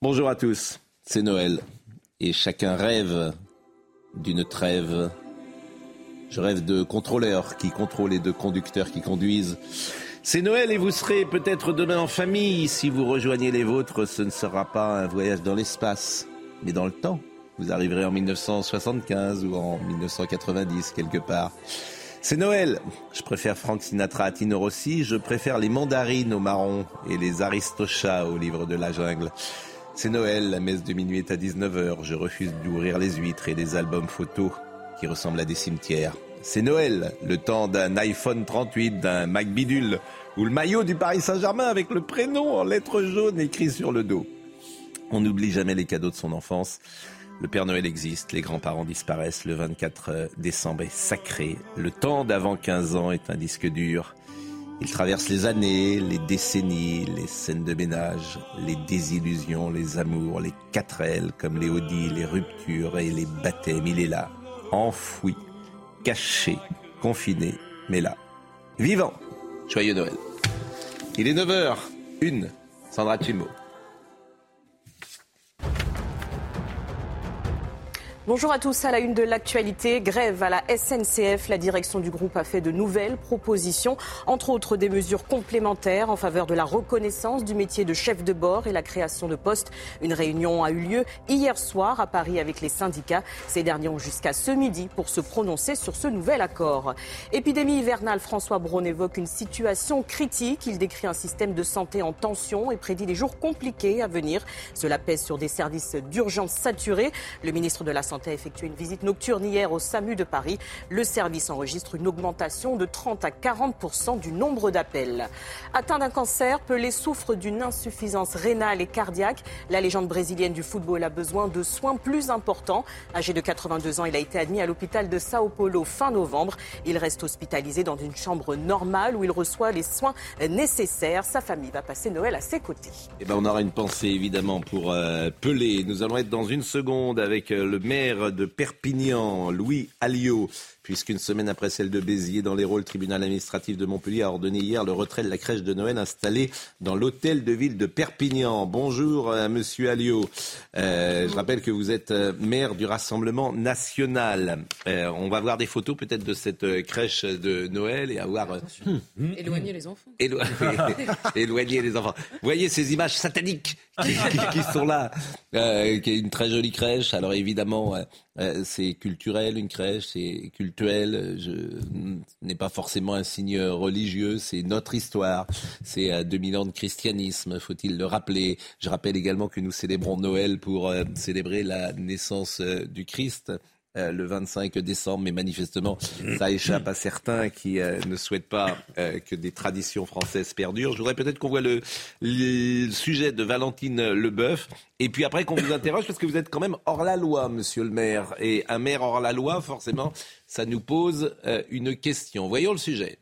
Bonjour à tous, c'est Noël et chacun rêve d'une trêve. Je rêve de contrôleurs qui contrôlent et de conducteurs qui conduisent. C'est Noël et vous serez peut-être demain en famille. Si vous rejoignez les vôtres, ce ne sera pas un voyage dans l'espace, mais dans le temps. Vous arriverez en 1975 ou en 1990 quelque part. C'est Noël. Je préfère Frank Sinatra à Tino Rossi. Je préfère les mandarines au marron et les aristochats au livre de la jungle. C'est Noël, la messe de minuit est à 19h. Je refuse d'ouvrir les huîtres et les albums photos qui ressemblent à des cimetières. C'est Noël, le temps d'un iPhone 38, d'un Mac bidule ou le maillot du Paris Saint-Germain avec le prénom en lettres jaunes écrit sur le dos. On n'oublie jamais les cadeaux de son enfance. Le Père Noël existe, les grands-parents disparaissent, le 24 décembre est sacré. Le temps d'avant 15 ans est un disque dur. Il traverse les années, les décennies, les scènes de ménage, les désillusions, les amours, les 4L comme les Audi, les ruptures et les baptêmes. Il est là, enfoui, caché, confiné, mais là, vivant. Joyeux Noël. Il est 9h01, Sandra Tchimo. Bonjour à tous, à la une de l'actualité, grève à la SNCF. La direction du groupe a fait de nouvelles propositions, entre autres des mesures complémentaires en faveur de la reconnaissance du métier de chef de bord et la création de postes. Une réunion a eu lieu hier soir à Paris avec les syndicats. Ces derniers ont jusqu'à ce midi pour se prononcer sur ce nouvel accord. Épidémie hivernale, François Braun évoque une situation critique. Il décrit un système de santé en tension et prédit des jours compliqués à venir. Cela pèse sur des services d'urgence saturés. Le ministre de la Santé a effectué une visite nocturne hier au SAMU de Paris. Le service enregistre une augmentation de 30 à 40% du nombre d'appels. Atteint d'un cancer, Pelé souffre d'une insuffisance rénale et cardiaque. La légende brésilienne du football a besoin de soins plus importants. Âgé de 82 ans, il a été admis à l'hôpital de Sao Paulo fin novembre. Il reste hospitalisé dans une chambre normale où il reçoit les soins nécessaires. Sa famille va passer Noël à ses côtés. On aura une pensée évidemment pour Pelé. Nous allons être dans une seconde avec le maire de Perpignan, Louis Alliot, puisqu'une semaine après celle de Béziers, dans l'Hérault, le tribunal administratif de Montpellier a ordonné hier le retrait de la crèche de Noël installée dans l'hôtel de ville de Perpignan. Bonjour monsieur Alliot. Je rappelle que vous êtes maire du Rassemblement national. On va voir des photos peut-être de cette crèche de Noël et avoir... Éloigner les enfants. Éloigner les enfants. Vous voyez ces images sataniques qui sont là, qui est une très jolie crèche. Alors évidemment, c'est culturel, une crèche, c'est cultuel. Ce n'est pas forcément un signe religieux, c'est notre histoire. C'est 2000 ans de christianisme, faut-il le rappeler. Je rappelle également que nous célébrons Noël pour célébrer la naissance du Christ. Le 25 décembre, mais manifestement, ça échappe à certains qui ne souhaitent pas que des traditions françaises perdurent. Je voudrais peut-être qu'on voit le sujet de Valentine Leboeuf, et puis après qu'on vous interroge, parce que vous êtes quand même hors la loi, monsieur le maire. Et un maire hors la loi, forcément, ça nous pose une question. Voyons le sujet.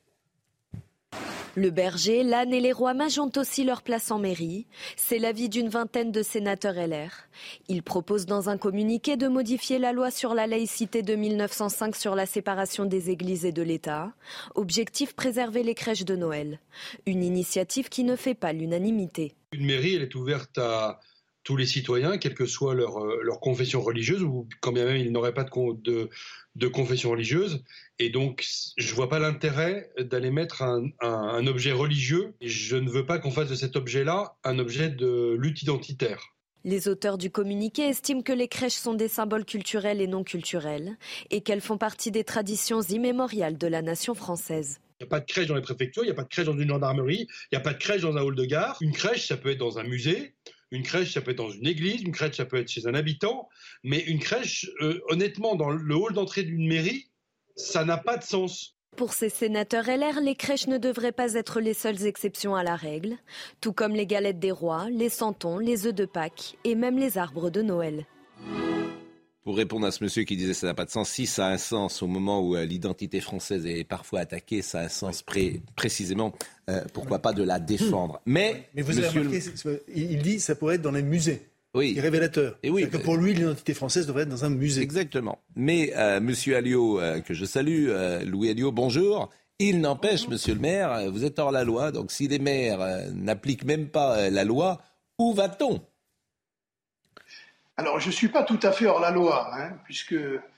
Le berger, l'âne et les rois mages ont aussi leur place en mairie. C'est l'avis d'une vingtaine de sénateurs LR. Ils proposent dans un communiqué de modifier la loi sur la laïcité de 1905 sur la séparation des églises et de l'État. Objectif, préserver les crèches de Noël. Une initiative qui ne fait pas l'unanimité. Une mairie, elle est ouverte à tous les citoyens, quelle que soit leur confession religieuse, ou quand bien même ils n'auraient pas de confession religieuse. Et donc, je ne vois pas l'intérêt d'aller mettre un objet religieux. Et je ne veux pas qu'on fasse de cet objet-là un objet de lutte identitaire. Les auteurs du communiqué estiment que les crèches sont des symboles culturels et non culturels et qu'elles font partie des traditions immémoriales de la nation française. Il n'y a pas de crèche dans les préfectures, il n'y a pas de crèche dans une gendarmerie, il n'y a pas de crèche dans un hall de gare. Une crèche, ça peut être dans un musée. Une crèche, ça peut être dans une église, une crèche, ça peut être chez un habitant, mais une crèche, honnêtement, dans le hall d'entrée d'une mairie, ça n'a pas de sens. Pour ces sénateurs LR, les crèches ne devraient pas être les seules exceptions à la règle, tout comme les galettes des rois, les santons, les œufs de Pâques et même les arbres de Noël. Pour répondre à ce monsieur qui disait ça n'a pas de sens, si ça a un sens au moment où l'identité française est parfois attaquée, ça a un sens précisément, pourquoi pas de la défendre. Mais vous avez remarqué, il dit que ça pourrait être dans les musées. Oui. C'est révélateur. Et oui, que pour lui, l'identité française devrait être dans un musée. Exactement. Mais monsieur Alliot, que je salue, Louis Alliot, bonjour. Il n'empêche, monsieur le maire, vous êtes hors la loi, donc si les maires n'appliquent même pas la loi, où va-t-on ? Alors, je ne suis pas tout à fait hors la loi, puisque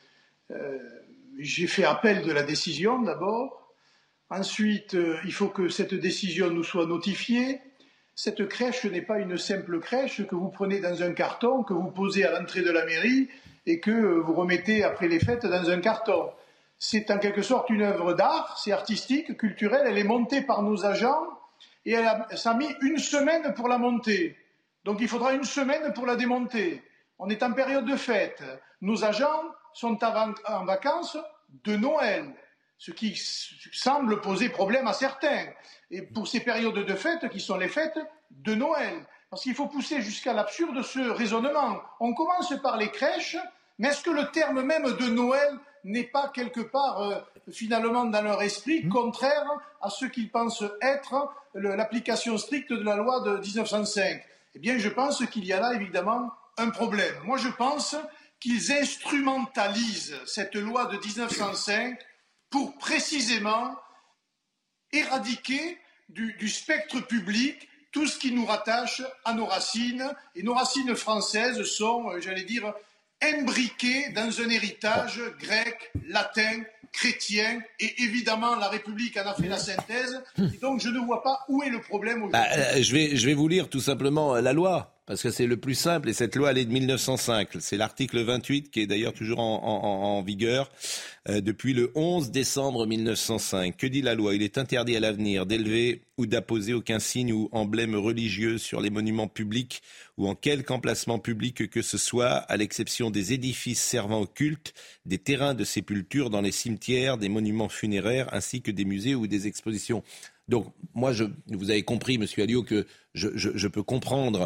j'ai fait appel de la décision d'abord. Ensuite, il faut que cette décision nous soit notifiée. Cette crèche n'est pas une simple crèche que vous prenez dans un carton, que vous posez à l'entrée de la mairie et que vous remettez après les fêtes dans un carton. C'est en quelque sorte une œuvre d'art, c'est artistique, culturel. Elle est montée par nos agents et ça a mis 1 semaine pour la monter. Donc il faudra 1 semaine pour la démonter. On est en période de fête. Nos agents sont en vacances de Noël, ce qui semble poser problème à certains. Et pour ces périodes de fête qui sont les fêtes de Noël. Parce qu'il faut pousser jusqu'à l'absurde ce raisonnement. On commence par les crèches, mais est-ce que le terme même de Noël n'est pas quelque part, finalement, dans leur esprit, contraire à ce qu'ils pensent être l'application stricte de la loi de 1905 ? Eh bien, je pense qu'il y a là, évidemment, un problème. Moi, je pense qu'ils instrumentalisent cette loi de 1905 pour précisément éradiquer du spectre public tout ce qui nous rattache à nos racines. Et nos racines françaises sont, j'allais dire, imbriquées dans un héritage grec, latin, chrétien, et évidemment la République en a fait la synthèse. Et donc je ne vois pas où est le problème aujourd'hui. Je vais vous lire tout simplement la loi, parce que c'est le plus simple, et cette loi elle est de 1905. C'est l'article 28 qui est d'ailleurs toujours en vigueur depuis le 11 décembre 1905. Que dit la loi ? Il est interdit à l'avenir d'élever ou d'apposer aucun signe ou emblème religieux sur les monuments publics ou en quelque emplacement public que ce soit, à l'exception des édifices servant au culte, des terrains de sépulture dans les cimetières, des monuments funéraires, ainsi que des musées ou des expositions. Donc, moi, vous avez compris, Monsieur Alliot, que je peux comprendre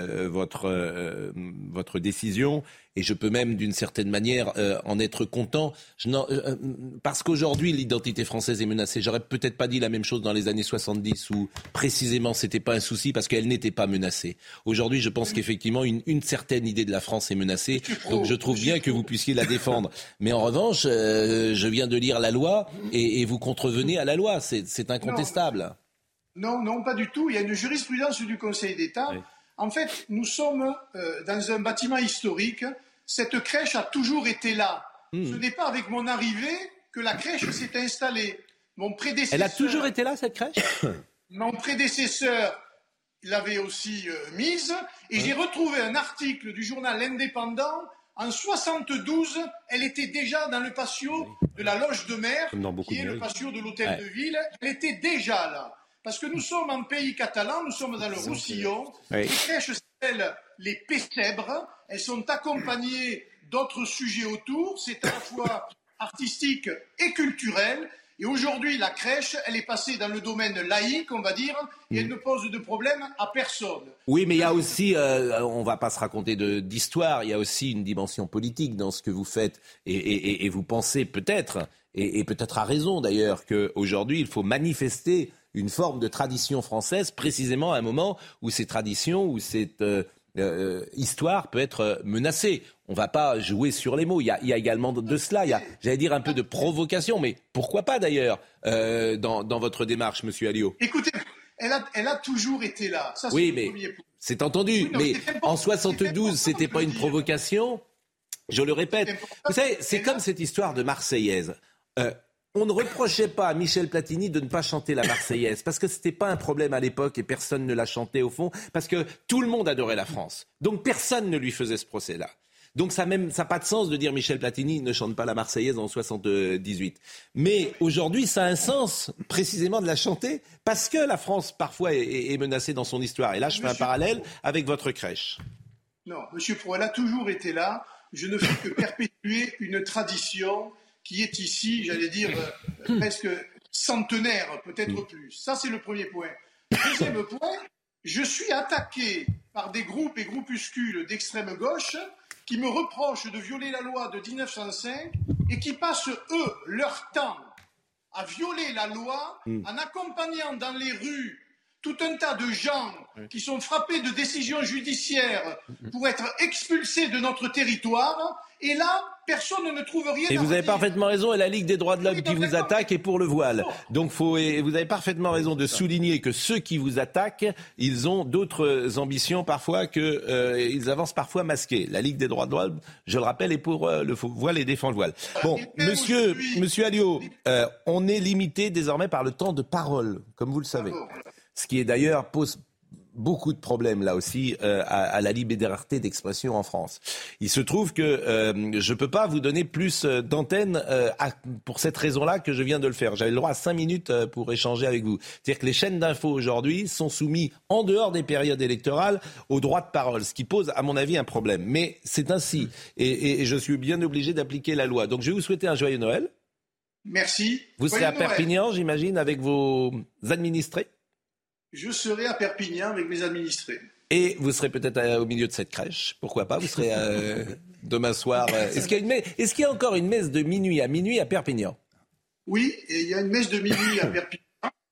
votre décision, et je peux même d'une certaine manière en être content, parce qu'aujourd'hui l'identité française est menacée. J'aurais peut-être pas dit la même chose dans les années 70 où précisément c'était pas un souci parce qu'elle n'était pas menacée. Aujourd'hui je pense qu'effectivement une certaine idée de la France est menacée, donc je trouve bien que vous puissiez la défendre, mais en revanche je viens de lire la loi et vous contrevenez à la loi, c'est incontestable. Non, pas du tout. Il y a une jurisprudence du Conseil d'État. Oui. En fait, nous sommes dans un bâtiment historique. Cette crèche a toujours été là. Ce n'est pas avec mon arrivée que la crèche s'est installée. Mon prédécesseur... Elle a toujours été là, cette crèche ? Mon prédécesseur l'avait aussi mise. Et j'ai retrouvé un article du journal L'Indépendant. En 72, elle était déjà dans le patio de la Loge de Mer, qui est le patio de l'Hôtel de Ville. Elle était déjà là. Parce que nous sommes en pays catalan, nous sommes dans le Roussillon. Oui. Les crèches s'appellent les Pessèbres. Elles sont accompagnées d'autres sujets autour. C'est à la fois artistique et culturel. Et aujourd'hui, la crèche, elle est passée dans le domaine laïque, on va dire, et elle ne pose de problème à personne. Oui, mais il y a aussi, on ne va pas se raconter d'histoire, il y a aussi une dimension politique dans ce que vous faites. Et vous pensez peut-être, et peut-être à raison d'ailleurs, qu'aujourd'hui, il faut manifester une forme de tradition française, précisément à un moment où ces traditions, où cette histoire peut être menacée. On ne va pas jouer sur les mots. Il y a également de cela. Il y a, j'allais dire, un peu de provocation, mais pourquoi pas d'ailleurs dans votre démarche, Monsieur Alliot. Écoutez, elle a toujours été là. Ça, oui, mais c'est entendu. Oui, non, mais en 72, c'était pas une provocation. Je le répète. Vous savez, c'est comme cette histoire de Marseillaise. On ne reprochait pas à Michel Platini de ne pas chanter la Marseillaise, parce que ce n'était pas un problème à l'époque et personne ne la chantait au fond, parce que tout le monde adorait la France. Donc personne ne lui faisait ce procès-là. Donc ça n'a pas de sens de dire Michel Platini ne chante pas la Marseillaise en 78. Mais aujourd'hui, ça a un sens précisément de la chanter, parce que la France parfois est menacée dans son histoire. Et là, je fais un parallèle avec votre crèche. Non, Monsieur Pro, elle a toujours été là. Je ne fais que perpétuer une tradition qui est ici, j'allais dire, presque centenaire, peut-être plus. Ça, c'est le premier point. Deuxième point, je suis attaqué par des groupes et groupuscules d'extrême gauche qui me reprochent de violer la loi de 1905 et qui passent, eux, leur temps à violer la loi en accompagnant dans les rues tout un tas de gens qui sont frappés de décisions judiciaires pour être expulsés de notre territoire. Et là, personne ne trouve rien. Et vous avez parfaitement raison, et la Ligue des droits de l'homme qui vous attaque est pour le voile. Donc et vous avez parfaitement raison de souligner que ceux qui vous attaquent, ils ont d'autres ambitions parfois ils avancent parfois masqués. La Ligue des droits de l'homme, je le rappelle, est pour le voile et défend le voile. Bon, monsieur Alliot, on est limité désormais par le temps de parole, comme vous le savez. Ce qui est d'ailleurs pose beaucoup de problèmes là aussi à la liberté d'expression en France. Il se trouve que je ne peux pas vous donner plus d'antenne pour cette raison-là que je viens de le faire. J'avais le droit à 5 minutes pour échanger avec vous. C'est-à-dire que les chaînes d'infos aujourd'hui sont soumises, en dehors des périodes électorales, au droit de parole, ce qui pose à mon avis un problème. Mais c'est ainsi et je suis bien obligé d'appliquer la loi. Donc je vais vous souhaiter un joyeux Noël. Merci. Vous serez à Perpignan, j'imagine, avec vos administrés? Je serai à Perpignan avec mes administrés. Et vous serez peut-être au milieu de cette crèche, pourquoi pas, vous serez demain soir. Est-ce qu'il y a encore une messe de minuit à Perpignan? Oui, et il y a une messe de minuit à Perpignan.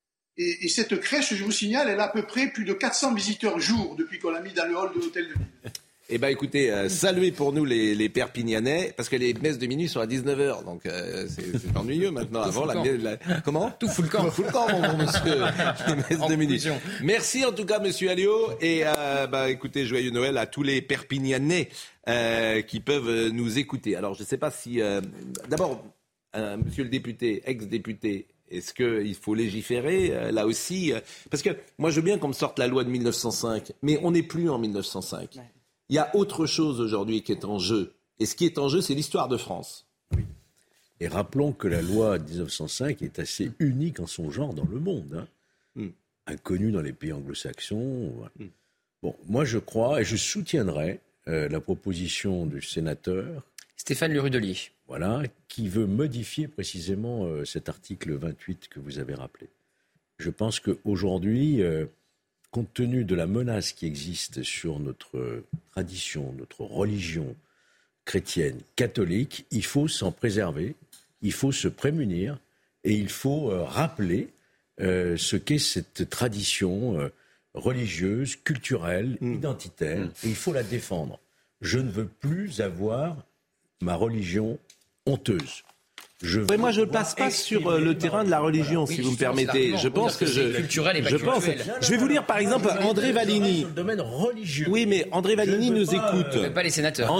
Et cette crèche, je vous signale, elle a à peu près plus de 400 visiteurs jour depuis qu'on l'a mis dans le hall de l'hôtel de ville. Eh bien, écoutez, saluez pour nous les Perpignanais, parce que les messes de minuit sont à 19h, donc c'est ennuyeux maintenant. Avant, comment? Tout fout le camp. Fout le camp, mon monsieur, les messes de minuit. Merci en tout cas, monsieur Alliot, et écoutez, joyeux Noël à tous les Perpignanais qui peuvent nous écouter. Alors, je ne sais pas si... D'abord, monsieur le député, ex-député, est-ce qu'il faut légiférer là aussi? Parce que moi, je veux bien qu'on me sorte la loi de 1905, mais on n'est plus en 1905. Ouais. Il y a autre chose aujourd'hui qui est en jeu. Et ce qui est en jeu, c'est l'histoire de France. Oui. Et rappelons que la loi de 1905 est assez unique en son genre dans le monde. Inconnue dans les pays anglo-saxons. Bon, moi je crois, et je soutiendrai la proposition du sénateur Stéphane Le Rudelier. Voilà, qui veut modifier précisément cet article 28 que vous avez rappelé. Je pense qu'aujourd'hui... compte tenu de la menace qui existe sur notre tradition, notre religion chrétienne, catholique, il faut s'en préserver, il faut se prémunir et il faut rappeler ce qu'est cette tradition religieuse, culturelle, identitaire, et il faut la défendre. Je ne veux plus avoir ma religion honteuse. Moi, je ne passe pas sur le terrain de la religion, si vous me permettez. Je pense que je vais vous lire, par exemple, André Valigny. Sur le domaine religieux. Oui, mais André Valigny nous écoute. Pas les sénateurs.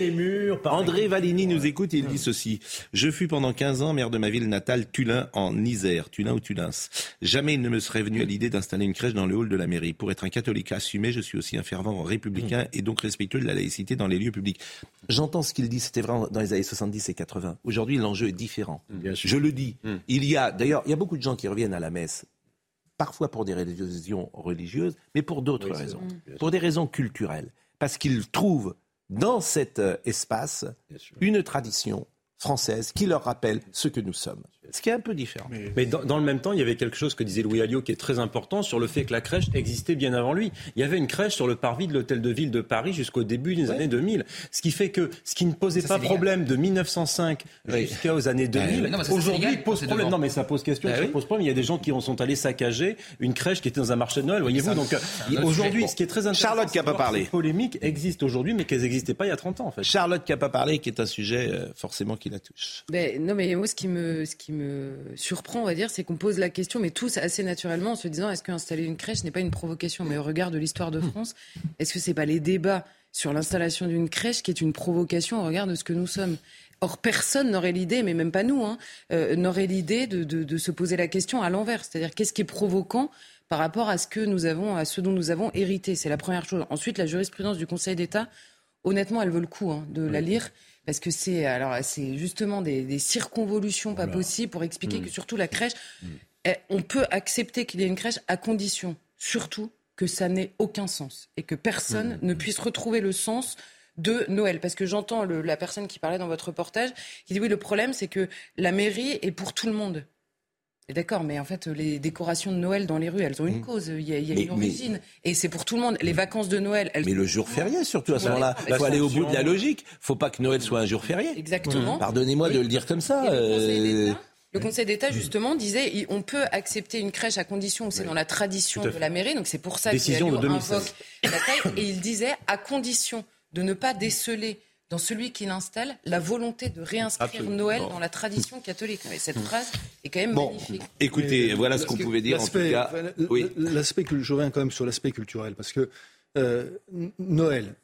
André Valigny nous écoute et il dit ceci. Je fus pendant 15 ans maire de ma ville natale, Tullin, en Isère. Tullin ou Tullins. Jamais il ne me serait venu à l'idée d'installer une crèche dans le hall de la mairie. Pour être un catholique assumé, je suis aussi un fervent républicain et donc respectueux de la laïcité dans les lieux publics. J'entends ce qu'il dit, c'était vrai dans les années 70 et 80. Aujourd'hui, l'enjeu est différent. Je le dis. Il y a beaucoup de gens qui reviennent à la messe, parfois pour des raisons religieuses, mais pour d'autres raisons. Pour des raisons culturelles. Parce qu'ils trouvent dans cet espace une tradition française qui leur rappelle ce que nous sommes. Ce qui est un peu différent. Mais dans le même temps, il y avait quelque chose que disait Louis Alliot qui est très important sur le fait que la crèche existait bien avant lui. Il y avait une crèche sur le parvis de l'hôtel de ville de Paris jusqu'au début des années 2000. Ce qui fait que ce qui ne posait pas problème de 1905 jusqu'aux années 2000, aujourd'hui pose problème. Non, mais ça pose question, ça pose problème. Il y a des gens qui en sont allés saccager une crèche qui était dans un marché de Noël, voyez-vous. Donc aujourd'hui, ce qui est très intéressant, Charlotte qui n'a pas parlé. Ces polémiques existent aujourd'hui, mais qu'elles n'existaient pas il y a 30 ans, en fait. Charlotte qui n'a pas parlé, qui est un sujet forcément qui la touche. Non, mais moi, ce qui me surprend, on va dire, c'est qu'on pose la question, mais tous assez naturellement, en se disant, est-ce qu'installer une crèche n'est pas une provocation? Mais au regard de l'histoire de France, est-ce que c'est pas les débats sur l'installation d'une crèche qui est une provocation au regard de ce que nous sommes? Or, personne n'aurait l'idée, mais même pas nous, n'aurait l'idée de se poser la question à l'envers. C'est-à-dire, qu'est-ce qui est provoquant par rapport à ce dont nous avons hérité? C'est la première chose. Ensuite, la jurisprudence du Conseil d'État, honnêtement, elle vaut le coup de la lire. Parce que c'est justement des circonvolutions pas possibles pour expliquer que surtout la crèche, on peut accepter qu'il y ait une crèche à condition, surtout, que ça n'ait aucun sens et que personne ne puisse retrouver le sens de Noël. Parce que j'entends la personne qui parlait dans votre reportage qui dit oui, le problème c'est que la mairie est pour tout le monde. Et d'accord, mais en fait, les décorations de Noël dans les rues, elles ont une cause, il y a une origine. Et c'est pour tout le monde. Les vacances de Noël... Mais le jour férié, surtout, à ce moment-là. Il faut aller au bout de la logique. Il ne faut pas que Noël soit un jour férié. Exactement. Pardonnez-moi de le dire comme ça. Le Conseil d'État, justement, disait on peut accepter une crèche à condition où c'est dans la tradition de la mairie. Donc c'est pour ça qu'il invoque la taille. Et il disait à condition de ne pas déceler dans celui qui l'installe la volonté de réinscrire Noël dans la tradition catholique. Mais cette phrase est quand même magnifique. Écoutez, voilà ce qu'on pouvait dire en tout cas. L'aspect que je reviens quand même sur l'aspect culturel, parce que Noël,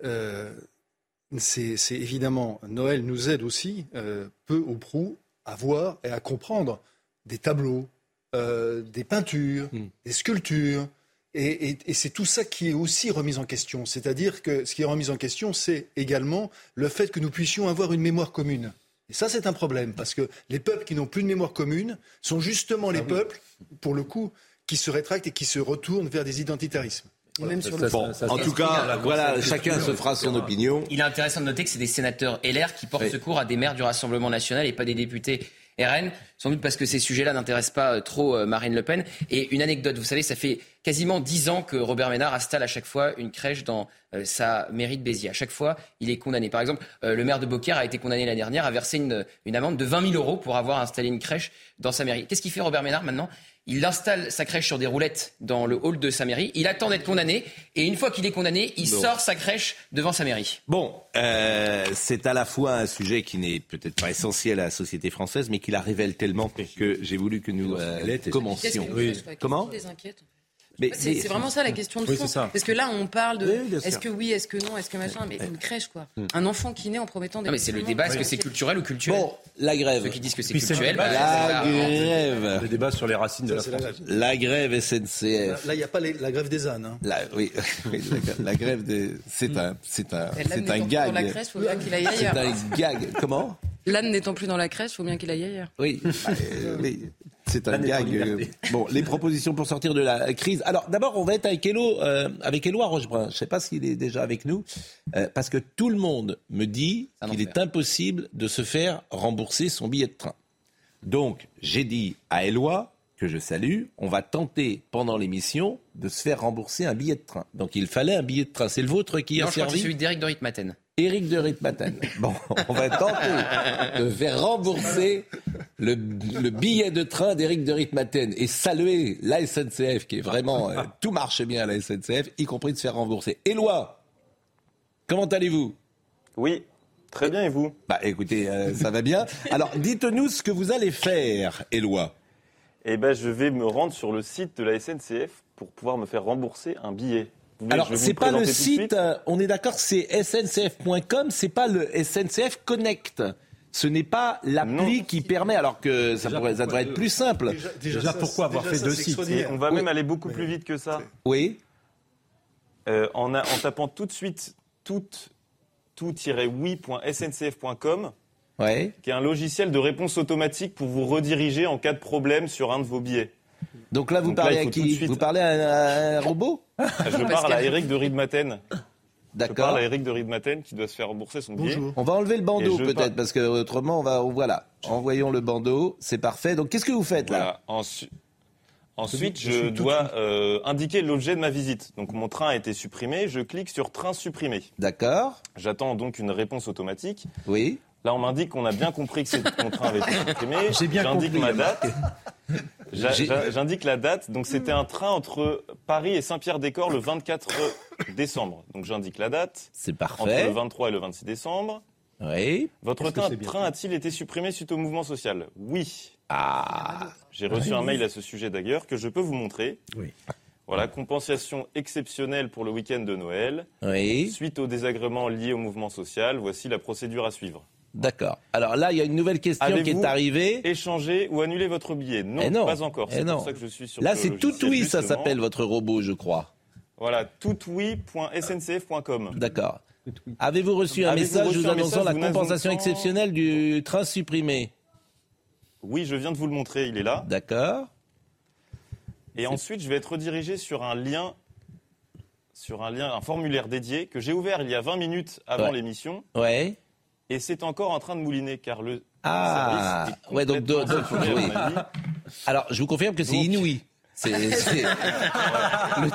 c'est évidemment, Noël nous aide aussi, peu ou prou, à voir et à comprendre des tableaux, des peintures, des sculptures. Et c'est tout ça qui est aussi remis en question. C'est-à-dire que ce qui est remis en question, c'est également le fait que nous puissions avoir une mémoire commune. Et ça, c'est un problème, parce que les peuples qui n'ont plus de mémoire commune sont justement les peuples, pour le coup, qui se rétractent et qui se retournent vers des identitarismes. Même sur en tout cas, voilà, chacun se fera son opinion. Il est intéressant de noter que c'est des sénateurs LR qui portent secours à des maires du Rassemblement national et pas des députés RN, sans doute parce que ces sujets-là n'intéressent pas trop Marine Le Pen. Et une anecdote, vous savez, ça fait quasiment 10 ans que Robert Ménard installe à chaque fois une crèche dans sa mairie de Béziers. À chaque fois, il est condamné. Par exemple, le maire de Beaucaire a été condamné l'année dernière à verser une amende de 20 000 € pour avoir installé une crèche dans sa mairie. Qu'est-ce qu'il fait Robert Ménard maintenant ? Il installe sa crèche sur des roulettes dans le hall de sa mairie. Il attend d'être condamné. Et une fois qu'il est condamné, il sort sa crèche devant sa mairie. Bon, c'est à la fois un sujet qui n'est peut-être pas essentiel à la société française, mais qui la révèle tellement que j'ai voulu que nous commencions. Comment ? Des inquiètes. C'est vraiment ça la question de fond. Parce que là, on parle de est-ce que oui, est-ce que non, est-ce que machin. Mais une crèche, quoi. Un enfant qui naît en promettant des. Non, mais c'est le débat, est-ce que c'est culturel ou culturel ? Bon, la grève. Ceux qui disent que c'est culturel. La grève. Le débat sur les racines de la France. La grève SNCF. Là, il n'y a pas la grève des ânes. Hein. Oui, la grève des. C'est un gag. Dans la crèche, faut bien qu'il aille ailleurs. C'est un gag. Comment ? L'âne n'étant plus dans la crèche, il faut bien qu'il aille ailleurs. Oui, c'est un gag. Bon, les propositions pour sortir de la crise. Alors, d'abord, on va être avec Éloi Rochebrun. Je ne sais pas s'il est déjà avec nous, parce que tout le monde me dit qu'il est impossible de se faire rembourser son billet de train. Donc, j'ai dit à Éloi, que je salue, on va tenter pendant l'émission de se faire rembourser un billet de train. Donc, il fallait un billet de train. C'est le vôtre qui a servi ? Je crois que c'est celui d'Éric de Ritmaten. Éric de Ritmaten. Bon, on va tenter de faire rembourser le billet de train d'Éric de Ritmaten et saluer la SNCF, qui est vraiment... tout marche bien à la SNCF, y compris de se faire rembourser. Éloi, comment allez-vous ? Oui, très bien, et vous ? Écoutez, ça va bien. Alors, dites-nous ce que vous allez faire, Éloi. Je vais me rendre sur le site de la SNCF pour pouvoir me faire rembourser un billet. Alors, c'est pas le site, on est d'accord, c'est sncf.com, c'est pas le SNCF Connect. Ce n'est pas l'appli qui permet, alors que ça devrait être plus simple. Déjà pourquoi avoir fait deux sites ? On va même aller beaucoup plus vite que ça. Oui. En tapant tout de suite tout-oui.sncf.com, qui est un logiciel de réponse automatique pour vous rediriger en cas de problème sur un de vos billets. Donc là, vous parlez à qui ? Vous parlez à un robot ? Je parle à Éric de Ritmaten. D'accord. Je parle à Éric de Ritmaten qui doit se faire rembourser son billet. Bonjour. On va enlever le bandeau peut-être, parce que autrement, voilà. Envoyons le bandeau, c'est parfait. Donc qu'est-ce que vous faites là ? Ensuite, je dois indiquer l'objet de ma visite. Donc mon train a été supprimé, je clique sur train supprimé. D'accord. J'attends donc une réponse automatique. Oui. Là, on m'indique qu'on a bien compris que mon train avait été supprimé. J'indique ma date. J'indique la date. Donc, c'était un train entre Paris et Saint-Pierre-des-Corps le 24 décembre. Donc, j'indique la date. C'est parfait. Entre le 23 et le 26 décembre. Oui. Votre train a-t-il été supprimé suite au mouvement social ? Oui. J'ai reçu un mail à ce sujet d'ailleurs que je peux vous montrer. Oui. Voilà, compensation exceptionnelle pour le week-end de Noël. Oui. Suite aux désagréments liés au mouvement social, voici la procédure à suivre. D'accord. Alors là, il y a une nouvelle question qui est arrivée. Échanger ou annuler votre billet ? Non, pas encore. C'est pour ça que je suis sur là, ce c'est logiciel, tout oui, ça justement. s'appelle votre robot, je crois. Voilà, toutoui.sncf.com. D'accord. Avez-vous reçu un message vous annonçant la compensation exceptionnelle du train supprimé ? Oui, je viens de vous le montrer, il est là. D'accord. Et ensuite, je vais être redirigé sur un lien, un formulaire dédié que j'ai ouvert il y a 20 minutes avant l'émission. Ouais. Et c'est encore en train de mouliner, car le service est complètement saturé, à mon avis. Alors, je vous confirme que c'est inouï. Le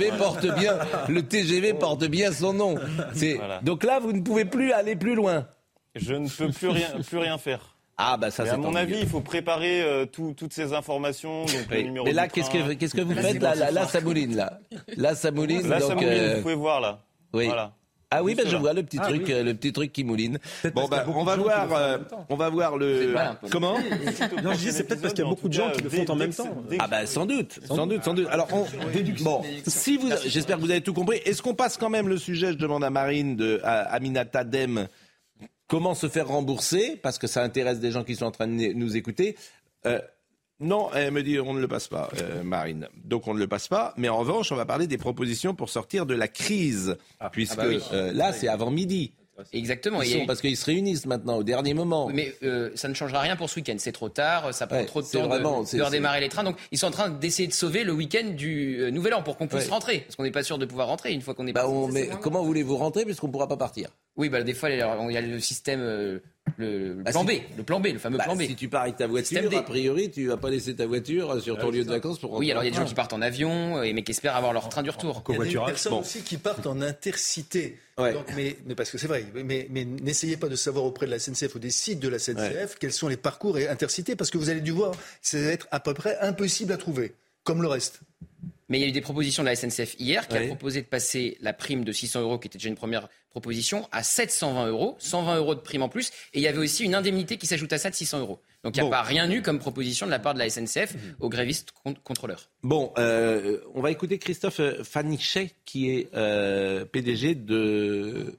TGV porte bien son nom. Donc là, vous ne pouvez plus aller plus loin. Je ne peux plus rien faire. Ah bah ça, mais c'est à mon avis, il faut préparer toutes ces informations. Donc le numéro mais là, du qu'est-ce train. que vous faites là, ça mouline là. Là, ça mouline. Là, ça donc, mouline, vous pouvez voir là. Oui. Voilà. Ah oui, Juste je là. vois le petit truc qui mouline. Bon, on va voir le. Comment? Non, je dis c'est peut-être parce qu'il y a beaucoup de gens qui le font en même temps. Ah bah sans doute. Alors bon, si vous, j'espère que vous avez tout compris. Est-ce qu'on passe quand même le sujet? Je demande à Marine à Aminata Dem. Comment se faire rembourser? Parce que ça intéresse des gens qui sont en train de nous écouter. Non, elle me dit on ne le passe pas, Marine. Donc on ne le passe pas. Mais en revanche, on va parler des propositions pour sortir de la crise. Puisque là, c'est avant midi. Exactement. Parce qu'ils se réunissent maintenant au dernier moment. Mais ça ne changera rien pour ce week-end. C'est trop tard, ça prend trop de temps de redémarrer les trains. Donc ils sont en train d'essayer de sauver le week-end du Nouvel An pour qu'on puisse rentrer. Parce qu'on n'est pas sûr de pouvoir rentrer une fois qu'on est parti. Mais comment voulez-vous rentrer puisqu'on ne pourra pas partir? Oui, des fois, il y a le système... Le plan B, le fameux plan B. Si tu pars avec ta voiture, a priori, tu vas pas laisser ta voiture sur ton lieu de vacances pour rentrer. Oui, alors il y a des gens qui partent en avion, mais qui espèrent avoir leur train du retour. Il y a des personnes aussi qui partent en intercité. Ouais. Donc, mais parce que c'est vrai, mais n'essayez pas de savoir auprès de la SNCF ou des sites de la SNCF quels sont les parcours et intercités, parce que vous allez dû voir, ça va être à peu près impossible à trouver, comme le reste. Mais il y a eu des propositions de la SNCF hier qui a proposé de passer la prime de 600 €, qui était déjà une première proposition, à 720 €, 120 € de prime en plus. Et il y avait aussi une indemnité qui s'ajoute à ça de 600 €. Donc il n'y a pas rien eu comme proposition de la part de la SNCF aux grévistes contrôleurs. Bon, on va écouter Christophe Fanichet, qui est PDG de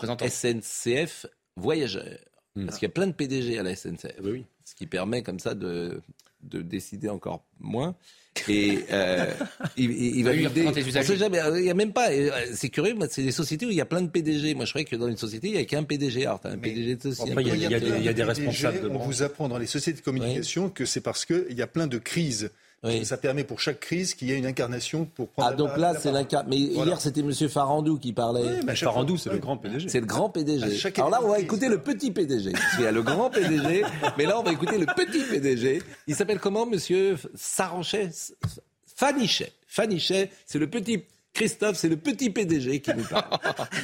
SNCF Voyageurs. Parce qu'il y a plein de PDG à la SNCF. Oui. Ce qui permet comme ça de décider encore moins. Et il va l'idée. On sait jamais. Il y a même pas. C'est curieux. C'est des sociétés où il y a plein de PDG. Moi, je croyais que dans une société, il n'y a qu'un PDG. Alors, t'as un PDG de société. Après, il y a des responsables. On vous apprend dans les sociétés de communication que c'est parce qu'il y a plein de crises. Ça permet pour chaque crise qu'il y ait une incarnation pour prendre. Donc là, c'est l'incarnation. Mais hier, c'était M. Farandou qui parlait. Farandou, c'est le grand PDG. C'est le grand PDG. Alors là, on va écouter le petit PDG. Il y a le grand PDG, mais là, on va écouter le petit PDG. Il s'appelle comment, monsieur Fanichet. Fanichet, c'est le petit Christophe, c'est le petit PDG qui nous parle.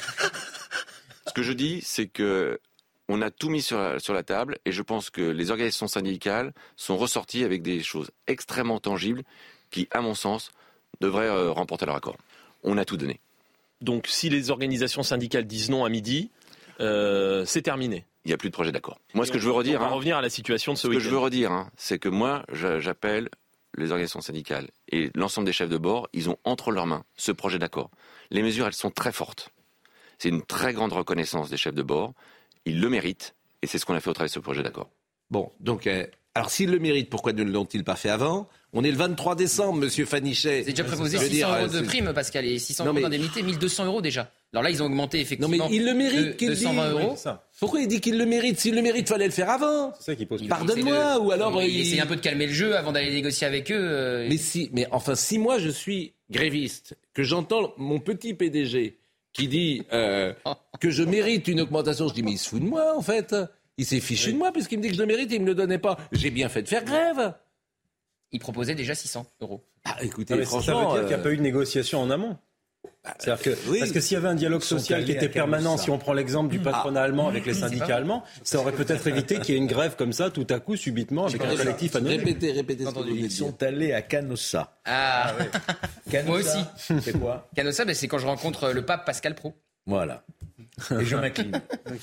Ce que je dis, c'est que on a tout mis sur la table et je pense que les organisations syndicales sont ressorties avec des choses extrêmement tangibles qui, à mon sens, devraient remporter leur accord. On a tout donné. Donc si les organisations syndicales disent non à midi, c'est terminé. Il n'y a plus de projet d'accord. Moi, ce que je veux redire... On va revenir à la situation de ce week-end. Ce que je veux redire, c'est que moi, j'appelle les organisations syndicales et l'ensemble des chefs de bord, ils ont entre leurs mains ce projet d'accord. Les mesures, elles sont très fortes. C'est une très grande reconnaissance des chefs de bord. Ils le méritent, et c'est ce qu'on a fait au travers de ce projet d'accord. Bon, donc, alors s'ils le méritent, pourquoi ne l'ont-ils pas fait avant? On est le 23 décembre, monsieur Fanichet. C'est déjà proposé 600 € de prime, Pascal, et 600 € d'indemnité, 1200 € déjà. Alors là, ils ont augmenté effectivement. Non, mais il le mérite, de 120 €. Oui, pourquoi il dit qu'il le mérite? S'il le mérite, il fallait le faire avant. C'est ça qui pose. Pardonne-moi, ou alors il essaie un peu de calmer le jeu avant d'aller négocier avec eux. Mais enfin, si moi je suis gréviste, que j'entends mon petit PDG qui dit que je mérite une augmentation, je dis mais il se fout de moi en fait. Il s'est fichu de moi puisqu'il me dit que je le mérite et il me le donnait pas. J'ai bien fait de faire grève. Il proposait déjà 600 €. Écoutez, franchement, ça veut dire qu'il n'y a pas eu de négociation en amont. Parce que s'il y avait un dialogue social qui était permanent, si on prend l'exemple du patronat allemand avec les syndicats allemands, ça aurait peut-être évité qu'il y ait une grève comme ça, tout à coup, subitement, avec un collectif anonyme. Répétez ce que vous Ils dites. sont allés à Canossa. Ah ouais. Canossa, Moi aussi. C'est quoi? Canossa, c'est quand je rencontre le pape Pascal Pro. Voilà. Et je m'incline.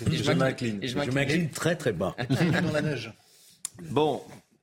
Je m'incline très très bas. Dans la neige. Bon.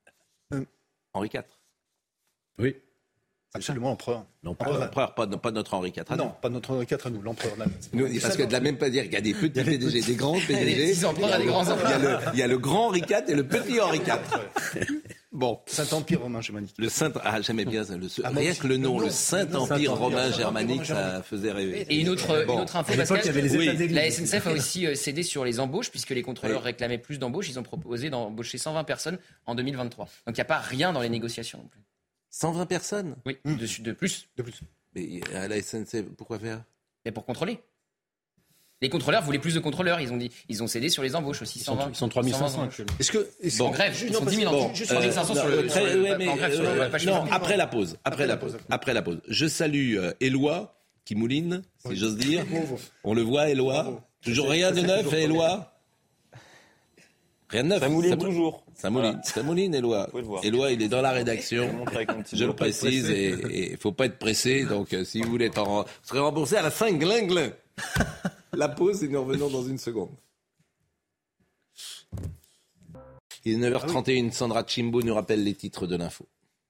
Henri IV. Oui. Absolument, l'empereur. L'empereur, pas notre Henri IV. Non, pas notre Henri IV à nous, l'empereur. Parce que de la même manière, il y a des petits PDG, des grands PDG. Il y a le grand Henri IV et le petit Henri IV. Bon. Saint-Empire romain germanique. J'aimais bien ça. Rien que le nom, le Saint-Empire romain germanique, ça faisait rêver. Et une autre info, Pascal, il y avait les États d'église. La SNCF a aussi cédé sur les embauches, puisque les contrôleurs réclamaient plus d'embauches. Ils ont proposé d'embaucher 120 personnes en 2023. Donc il n'y a pas rien dans les négociations non plus. 120 personnes? Oui, de plus. Mais à la SNCF, pourquoi faire? Mais pour contrôler. Les contrôleurs voulaient plus de contrôleurs. Ils ont cédé sur les embauches aussi. 120. Ils sont 3500 actuellement. En grève. Ils sont 10 000 en 3500 sur le page. Non, après la pause. Après la pause. Je salue Éloi, qui mouline, si j'ose dire. On le voit, Éloi. Toujours rien de neuf, Éloi. Rien de neuf. Ça mouline toujours. Ça mouline. Voilà. Ça mouline, Éloi. Éloi, il est dans la rédaction. Je le précise et il faut pas être pressé. Donc, si vous voulez vous serez remboursé à la fin, gling. La pause et nous revenons dans une seconde. Il est 9h31. Sandra Chimbo nous rappelle les titres de l'info.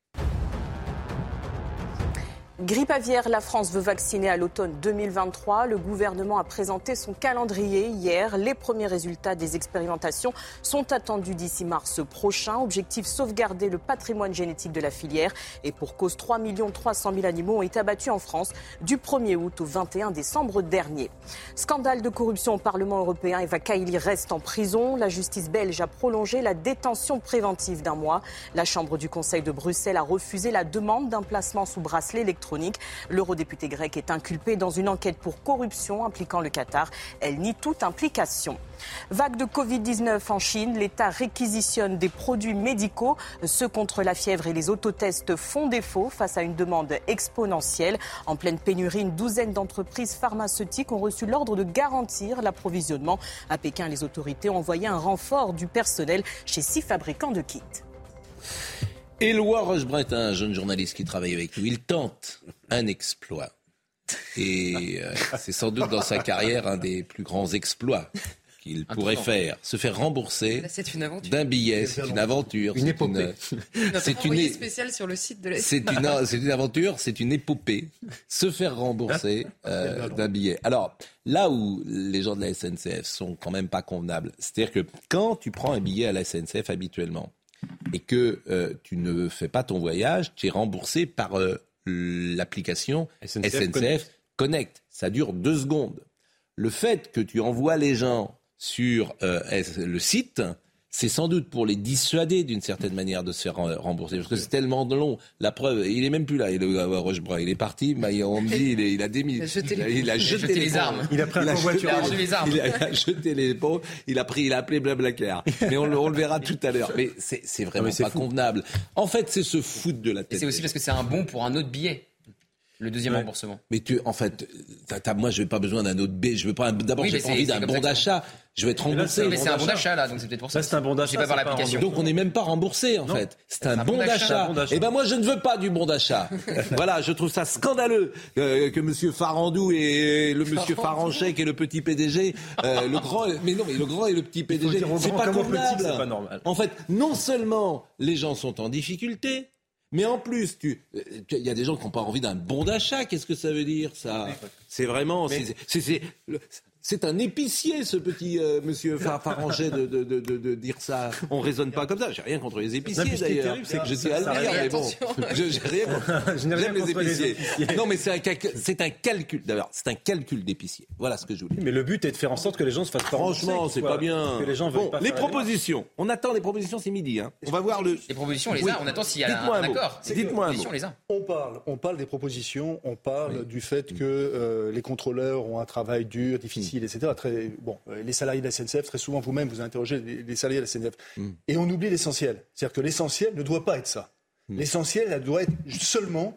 Grippe aviaire, la France veut vacciner à l'automne 2023. Le gouvernement a présenté son calendrier hier. Les premiers résultats des expérimentations sont attendus d'ici mars prochain. Objectif, sauvegarder le patrimoine génétique de la filière. Et pour cause, 3 300 000 animaux ont été abattus en France du 1er août au 21 décembre dernier. Scandale de corruption au Parlement européen. Eva Kaili reste en prison. La justice belge a prolongé la détention préventive d'1 mois. La Chambre du Conseil de Bruxelles a refusé la demande d'un placement sous bracelet électronique. L'eurodéputé grec est inculpé dans une enquête pour corruption impliquant le Qatar. Elle nie toute implication. Vague de Covid-19 en Chine, l'État réquisitionne des produits médicaux. Ceux contre la fièvre et les autotests font défaut face à une demande exponentielle. En pleine pénurie, une douzaine d'entreprises pharmaceutiques ont reçu l'ordre de garantir l'approvisionnement. À Pékin, les autorités ont envoyé un renfort du personnel chez 6 fabricants de kits. Éloi Rochebrun est un jeune journaliste qui travaille avec nous. Il tente un exploit. Et c'est sans doute dans sa carrière un des plus grands exploits qu'il pourrait faire. Se faire rembourser d'un billet. C'est une aventure. Une épopée. C'est une spéciale sur le site de la c'est une aventure, c'est une épopée. Se faire rembourser d'un billet. Alors, là où les gens de la SNCF sont quand même pas convenables, c'est-à-dire que quand tu prends un billet à la SNCF habituellement, et que tu ne fais pas ton voyage, tu es remboursé par l'application SNCF Connect. Ça dure 2 secondes. Le fait que tu envoies les gens sur le site, c'est sans doute pour les dissuader d'une certaine manière de se faire rembourser. Parce que c'est tellement long. La preuve, il est même plus là, Rochebrun. Il est parti, on me dit, il a démis. Il a jeté les armes. Il a pris un covoiturage. Il a jeté les ponts. Il a appelé Blablacar. Mais on le verra tout à l'heure. Mais c'est vraiment pas convenable. En fait, c'est se foutre de la tête. Et c'est aussi parce que c'est un bon pour un autre billet. Le deuxième remboursement. Mais moi, je n'ai pas besoin d'un autre billet. Je veux pas. D'abord, j'ai pas envie d'un bon d'achat. Je vais être remboursé. Mais c'est un bon d'achat là, donc c'est peut-être pour ça. Là, c'est un bon d'achat. Pas par l'application. Donc on n'est même pas remboursé en fait. C'est un bon d'achat. Et ben moi, je ne veux pas du bon d'achat. Voilà, je trouve ça scandaleux que Monsieur Farandou et le Monsieur Faranchek et le petit PDG, le grand et le petit PDG, c'est pas convenable. C'est pas normal. En fait, non seulement les gens sont en difficulté. Mais en plus, il y a des gens qui n'ont pas envie d'un bon d'achat. Qu'est-ce que ça veut dire, ça ? C'est vraiment... C'est un épicier, ce petit monsieur Faranchet, de dire ça. On ne raisonne pas comme ça. J'ai rien contre les épiciers, d'ailleurs. C'est que je dis à le dire, mais bon. J'ai rien contre. J'aime les épiciers. Non, mais c'est un calcul. D'abord, c'est un calcul d'épicier. Voilà ce que je voulais dire. Mais le but est de faire en sorte que les gens se fassent pas rembourser. Franchement, c'est pas bien. Que les gens veulent pas les propositions. On attend les propositions, c'est midi. Hein. On va voir le... Les propositions, on les a. On attend s'il y a un accord. Dites-moi un mot. On parle des propositions, on parle du fait que les contrôleurs ont un travail dur, difficile, etc. Les salariés de la SNCF, très souvent vous-même vous interrogez les salariés de la SNCF. Et on oublie l'essentiel. C'est-à-dire que l'essentiel ne doit pas être ça. L'essentiel, elle doit être seulement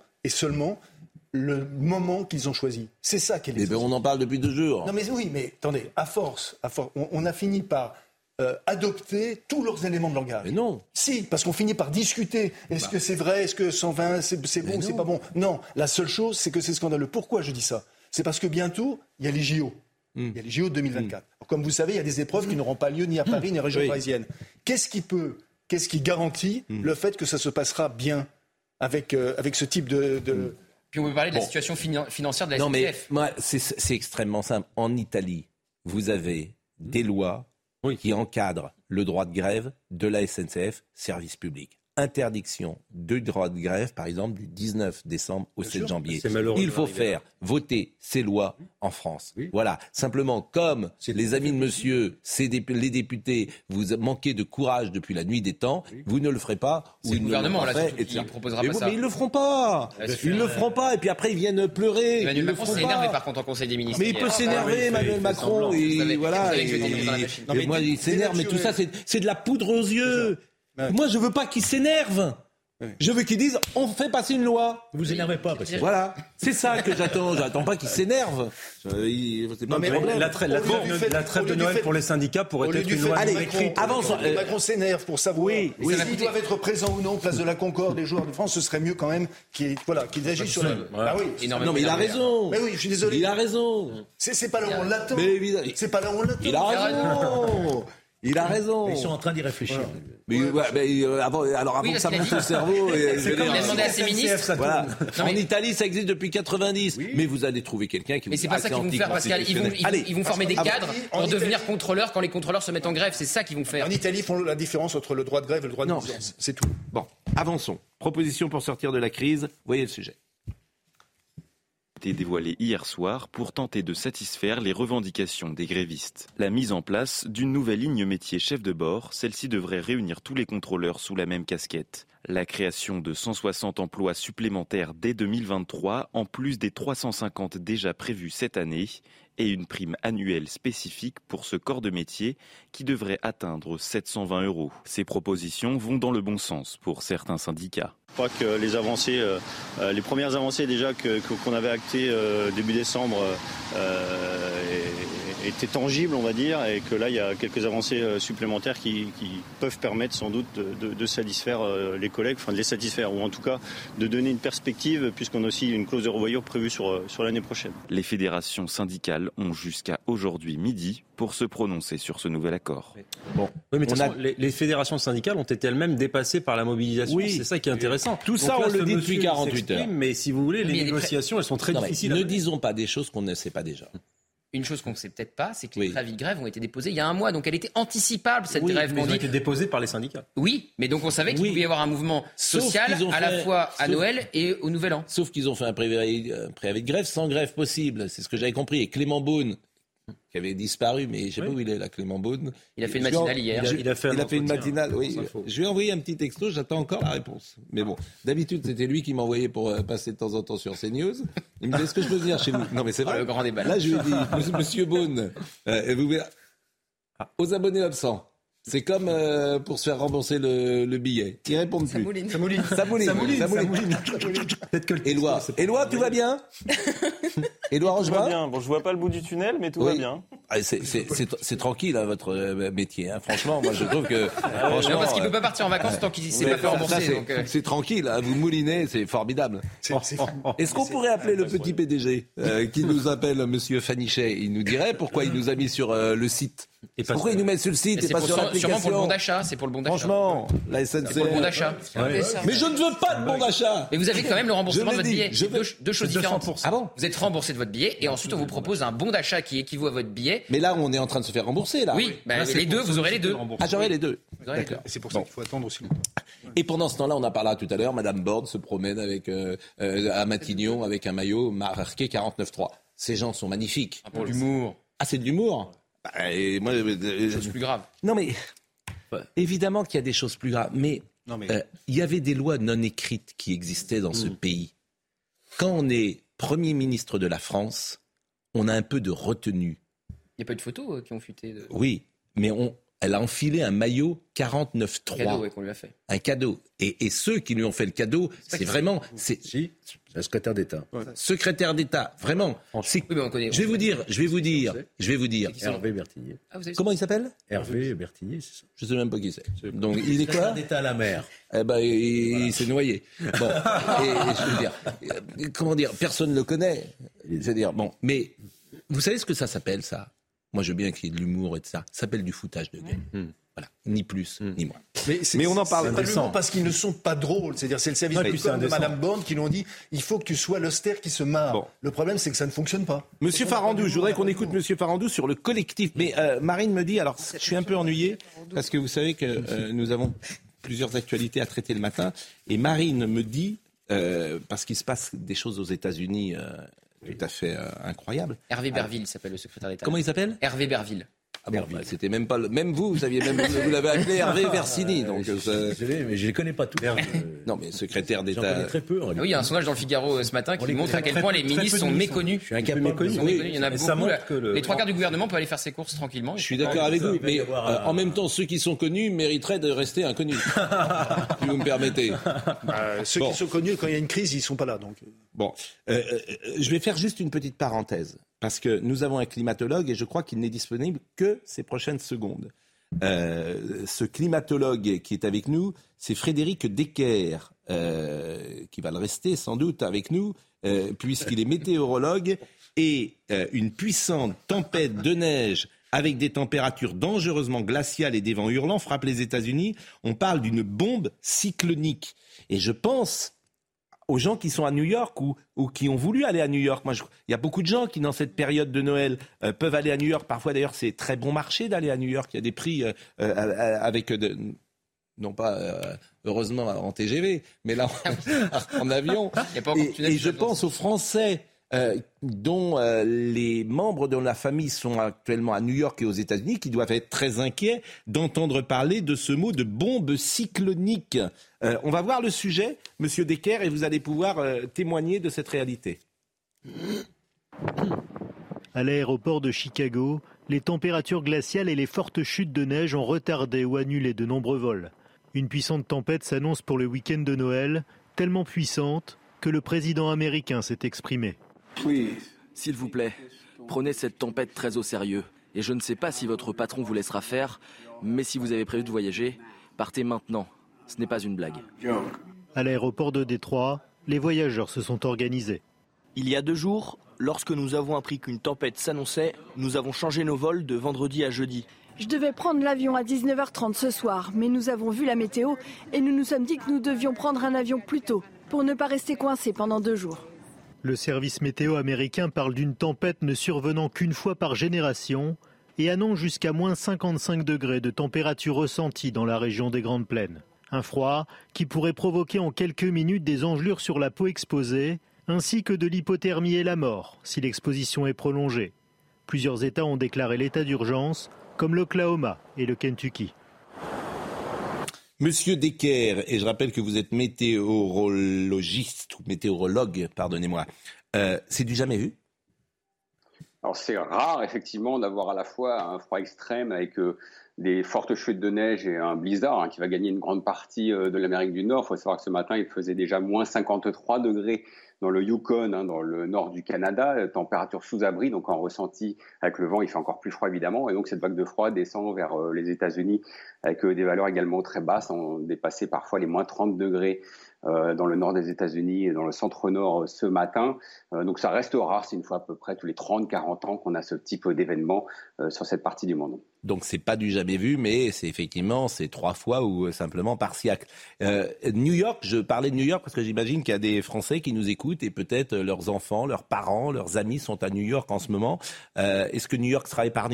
le moment qu'ils ont choisi. C'est ça qui est l'essentiel. On en parle depuis 2 jours. Non mais oui, mais attendez, à force, on a fini par adopter tous leurs éléments de langage. Mais non. Si, parce qu'on finit par discuter. Est-ce que c'est vrai ? Est-ce que 120, c'est bon ou c'est pas bon ? Non, la seule chose, c'est que c'est scandaleux. Pourquoi je dis ça ? C'est parce que bientôt, il y a les JO. Il y a les JO de 2024. Comme vous savez, il y a des épreuves qui n'auront pas lieu ni à Paris ni à la région parisienne. Qu'est-ce qui garantit le fait que ça se passera bien avec ce type de... Puis on peut parler de la situation financière de la SNCF. Non mais moi, c'est extrêmement simple. En Italie, vous avez des lois qui encadrent le droit de grève de la SNCF, service public. Interdiction de droit de grève, par exemple, du 19 décembre au 7 janvier. Il faut faire voter ces lois en France. Oui. Voilà. Simplement, comme les amis de monsieur, les députés, vous manquez de courage depuis la nuit des temps, vous ne le ferez pas. C'est le gouvernement, là, qui ne proposera pas ça. Mais ils ne le feront pas. Ils ne le feront pas. Et puis après, ils viennent pleurer. Emmanuel Macron s'est énervé, par contre, en Conseil des ministres. Mais il peut s'énerver, Emmanuel Macron. Et voilà. Et moi, il s'énerve. Mais tout ça, c'est de la poudre aux yeux. Moi, je veux pas qu'il s'énerve. Je veux qu'ils disent on fait passer une loi. Vous énervez pas, parce que... Voilà, c'est ça que j'attends. J'attends pas qu'ils s'énervent. C'est pas mais la trêve de Noël pour les syndicats pourrait être une loi écrite. Macron s'énerve pour savoir s'ils doivent être présents ou non place de la Concorde des joueurs de France. Ce serait mieux quand même qu'ils agissent sur la. Ah oui. Non, mais il a raison. Mais oui, je suis désolé. Il a raison. C'est pas là où on l'attend. C'est pas là où on l'attend. Il a raison. Il a raison. Ils sont en train d'y réfléchir. Avant que ça monte au cerveau. C'est comme il a demandé à ses ministres. Voilà. En Italie, ça existe depuis 90. Mais vous allez trouver quelqu'un qui vous. Mais c'est pas ça qu'ils vont faire, Pascal. Ils vont former des cadres pour devenir contrôleurs quand les contrôleurs se mettent en grève. C'est ça qu'ils vont faire. En Italie, ils font la différence entre le droit de grève et le droit de nuisance. C'est tout. Bon, avançons. Proposition pour sortir de la crise. Voyez le sujet. Dévoilé hier soir pour tenter de satisfaire les revendications des grévistes. La mise en place d'une nouvelle ligne métier chef de bord, celle-ci devrait réunir tous les contrôleurs sous la même casquette. La création de 160 emplois supplémentaires dès 2023, en plus des 350 déjà prévus cette année, et une prime annuelle spécifique pour ce corps de métier qui devrait atteindre 720 €. Ces propositions vont dans le bon sens pour certains syndicats. Je crois que les premières avancées déjà qu'on avait actées début décembre étaient tangibles, on va dire, et que là il y a quelques avancées supplémentaires qui peuvent permettre sans doute de satisfaire les collègues, enfin de les satisfaire, ou en tout cas de donner une perspective, puisqu'on a aussi une clause de revoyure prévue sur l'année prochaine. Les fédérations syndicales ont jusqu'à aujourd'hui midi pour se prononcer sur ce nouvel accord. Bon, oui, mais de toute façon, les fédérations syndicales ont été elles-mêmes dépassées par la mobilisation. Oui. C'est ça qui est intéressant. Tout ça, on le dit depuis 48 heures. Mais si vous voulez, les négociations, elles sont très difficiles. Ne disons pas des choses qu'on ne sait pas déjà. Une chose qu'on ne sait peut-être pas, c'est que les préavis de grève ont été déposés il y a un mois. Donc elle était anticipable, cette grève. Mais ils ont été déposés par les syndicats. Oui, mais donc on savait qu'il pouvait y avoir un mouvement social à la fois à Noël et au Nouvel An. Sauf qu'ils ont fait un préavis de grève sans grève possible. C'est ce que j'avais compris. Et Clément Beaune, qui avait disparu, mais je ne sais pas où il est là, Clément Beaune. Il a fait une matinale hier. Il a fait une matinale, oui. Je lui ai envoyé un petit texto, j'attends encore la réponse. Mais bon, d'habitude, c'était lui qui m'envoyait pour passer de temps en temps sur CNews. Il me dit, est-ce que je peux venir chez vous? Non, mais c'est vrai. Le grand débat. Là, je lui ai dit, monsieur Beaune, vous verrez, aux abonnés absents. C'est comme pour se faire rembourser le billet. Ils répondent plus. Ça mouline. Peut-être que Éloi, tout va bien? Éloi Rochebin? Tout va bien. Bon, je vois pas le bout du tunnel, mais tout va bien. C'est tranquille, hein, votre métier. Hein. Franchement, moi, je trouve que... Non, parce qu'il peut pas partir en vacances tant qu'il s'est pas fait rembourser. C'est tranquille, hein, vous moulinez, c'est formidable. Est-ce qu'on pourrait appeler le petit PDG qui nous appelle Monsieur Fanichet? Il nous dirait pourquoi il nous a mis sur le site. Pourquoi il nous met sur le site et pas sur l'application? Sûrement pour le bon d'achat. C'est pour le bon d'achat. Franchement, la SNCF. C'est pour le bon d'achat. Mais je ne veux pas de bon d'achat. Mais vous avez quand même le remboursement de votre billet. Deux choses différentes. Ah bon? Vous êtes remboursé de votre billet et ensuite on vous propose un bon d'achat qui équivaut à votre billet. Mais là, on est en train de se faire rembourser, là. Oui, les deux, vous aurez les deux. Ah, j'aurai les deux. D'accord. C'est pour ça qu'il faut attendre aussi longtemps. Et pendant ce temps-là, on en parlera tout à l'heure, Madame Borne se promène à Matignon avec un maillot marqué 49.3. Ces gens sont magnifiques. Pour l'humour. Ah, c'est de l'humour? Et moi, des choses plus graves. Non, mais évidemment qu'il y a des choses plus graves. Mais il y avait des lois non écrites qui existaient dans ce pays. Quand on est Premier ministre de la France, on a un peu de retenue. Il n'y a pas eu de photos qui ont fuité. Oui, mais elle a enfilé un maillot 49.3. Un cadeau qu'on lui a fait. Un cadeau. Et ceux qui lui ont fait le cadeau, c'est vraiment... Si, un secrétaire d'État. Ouais. Secrétaire d'État, vraiment. Oui, mais on connaît. Je vais vous dire. Hervé Bertignier. Comment il s'appelle? Hervé Bertignier, c'est ça. Je ne sais même pas qui c'est. Donc il est quoi? Secrétaire d'État à la mer. Eh ben, il s'est noyé. Bon, et je veux dire, comment dire, personne ne le connaît. Je veux dire, bon, mais vous savez ce que ça s'appelle, ça? Moi, je veux bien qu'il y ait de l'humour et tout ça. Ça s'appelle du foutage de gueule. Voilà, ni plus, ni moins. Mais on en parle pas parce qu'ils ne sont pas drôles. C'est-à-dire, c'est le service de Madame Borne qui l'ont dit. Il faut que tu sois l'austère qui se marre. Bon. Le problème, c'est que ça ne fonctionne pas. Monsieur Farandou, je voudrais qu'on écoute Monsieur Farandou sur le collectif. Mais Marine me dit, alors, je suis un peu ennuyé parce que vous savez que nous avons plusieurs actualités à traiter le matin. Et Marine me dit, parce qu'il se passe des choses aux États-Unis tout à fait incroyables. Hervé Berville s'appelle le secrétaire d'État. Comment il s'appelle? Hervé Berville. Ah bon, c'était même pas même vous l'avez appelé Hervé Versini, donc désolé, mais je les connais pas tous. Non, mais secrétaire d'État. J'en connais très peu. Oui, il y a un sondage dans le Figaro ce matin qui montre à quel point les ministres sont méconnus. Je suis incapable. Il y en a beaucoup. Les 3/4 du gouvernement peuvent aller faire ses courses tranquillement. Je suis d'accord avec vous, mais en même temps, ceux qui sont connus mériteraient de rester inconnus. Si vous me permettez. Ceux qui sont connus, quand il y a une crise, ils sont pas là. Donc. Bon, je vais faire juste une petite parenthèse. Parce que nous avons un climatologue et je crois qu'il n'est disponible que ces prochaines secondes. Ce climatologue qui est avec nous, c'est Frédéric Decker, qui va le rester sans doute avec nous, puisqu'il est météorologue, et une puissante tempête de neige avec des températures dangereusement glaciales et des vents hurlants frappe les États-Unis. On parle d'une bombe cyclonique. Et je pense aux gens qui sont à New York ou qui ont voulu aller à New York. Il y a beaucoup de gens qui, dans cette période de Noël, peuvent aller à New York. Parfois, d'ailleurs, c'est très bon marché d'aller à New York. Il y a des prix avec, non pas heureusement en TGV, mais là en avion. Et je pense aux Français dont les membres de la famille sont actuellement à New York et aux États-Unis, qui doivent être très inquiets d'entendre parler de ce mot de bombe cyclonique. On va voir le sujet, Monsieur Decker, et vous allez pouvoir témoigner de cette réalité. À l'aéroport de Chicago, les températures glaciales et les fortes chutes de neige ont retardé ou annulé de nombreux vols. Une puissante tempête s'annonce pour le week-end de Noël, tellement puissante que le président américain s'est exprimé. S'il vous plaît, prenez cette tempête très au sérieux. Et je ne sais pas si votre patron vous laissera faire, mais si vous avez prévu de voyager, partez maintenant. Ce n'est pas une blague. À l'aéroport de Détroit, les voyageurs se sont organisés. Il y a 2 jours, lorsque nous avons appris qu'une tempête s'annonçait, nous avons changé nos vols de vendredi à jeudi. Je devais prendre l'avion à 19h30 ce soir, mais nous avons vu la météo et nous nous sommes dit que nous devions prendre un avion plus tôt pour ne pas rester coincés pendant 2 jours. Le service météo américain parle d'une tempête ne survenant qu'une fois par génération et annonce jusqu'à moins 55 degrés de température ressentie dans la région des Grandes Plaines. Un froid qui pourrait provoquer en quelques minutes des engelures sur la peau exposée, ainsi que de l'hypothermie et la mort si l'exposition est prolongée. Plusieurs États ont déclaré l'état d'urgence, comme l'Oklahoma et le Kentucky. Monsieur Decker, et je rappelle que vous êtes météorologiste, ou météorologue, pardonnez-moi, c'est du jamais vu ? Alors c'est rare effectivement d'avoir à la fois un froid extrême avec des fortes chutes de neige et un blizzard qui va gagner une grande partie de l'Amérique du Nord. Il faut savoir que ce matin il faisait déjà moins 53 degrés dans le Yukon, dans le nord du Canada, température sous abri, donc en ressenti avec le vent, il fait encore plus froid évidemment, et donc cette vague de froid descend vers les États-Unis avec des valeurs également très basses, on dépassait parfois les moins 30 degrés dans le nord des États-Unis et dans le centre-nord ce matin. Donc ça reste rare, c'est une fois à peu près tous les 30-40 ans qu'on a ce type d'événement sur cette partie du monde. Donc c'est pas du jamais vu, mais c'est effectivement c'est 3 fois ou simplement par siècle. New York, je parlais de New York parce que j'imagine qu'il y a des Français qui nous écoutent et peut-être leurs enfants, leurs parents, leurs amis sont à New York en ce moment. Est-ce que New York sera épargné ?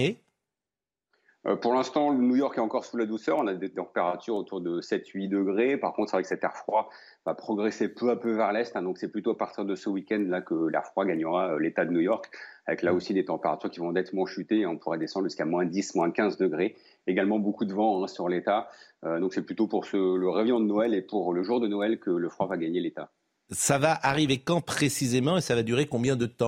Pour l'instant, New York est encore sous la douceur. On a des températures autour de 7-8 degrés. Par contre, c'est vrai que cet air froid va progresser peu à peu vers l'est. Donc, c'est plutôt à partir de ce week-end-là que l'air froid gagnera l'État de New York, avec là aussi des températures qui vont nettement chuter. On pourrait descendre jusqu'à moins 10, moins 15 degrés. Également beaucoup de vent sur l'État. Donc, c'est plutôt pour le réveillon de Noël et pour le jour de Noël que le froid va gagner l'État. Ça va arriver quand précisément et ça va durer combien de temps ?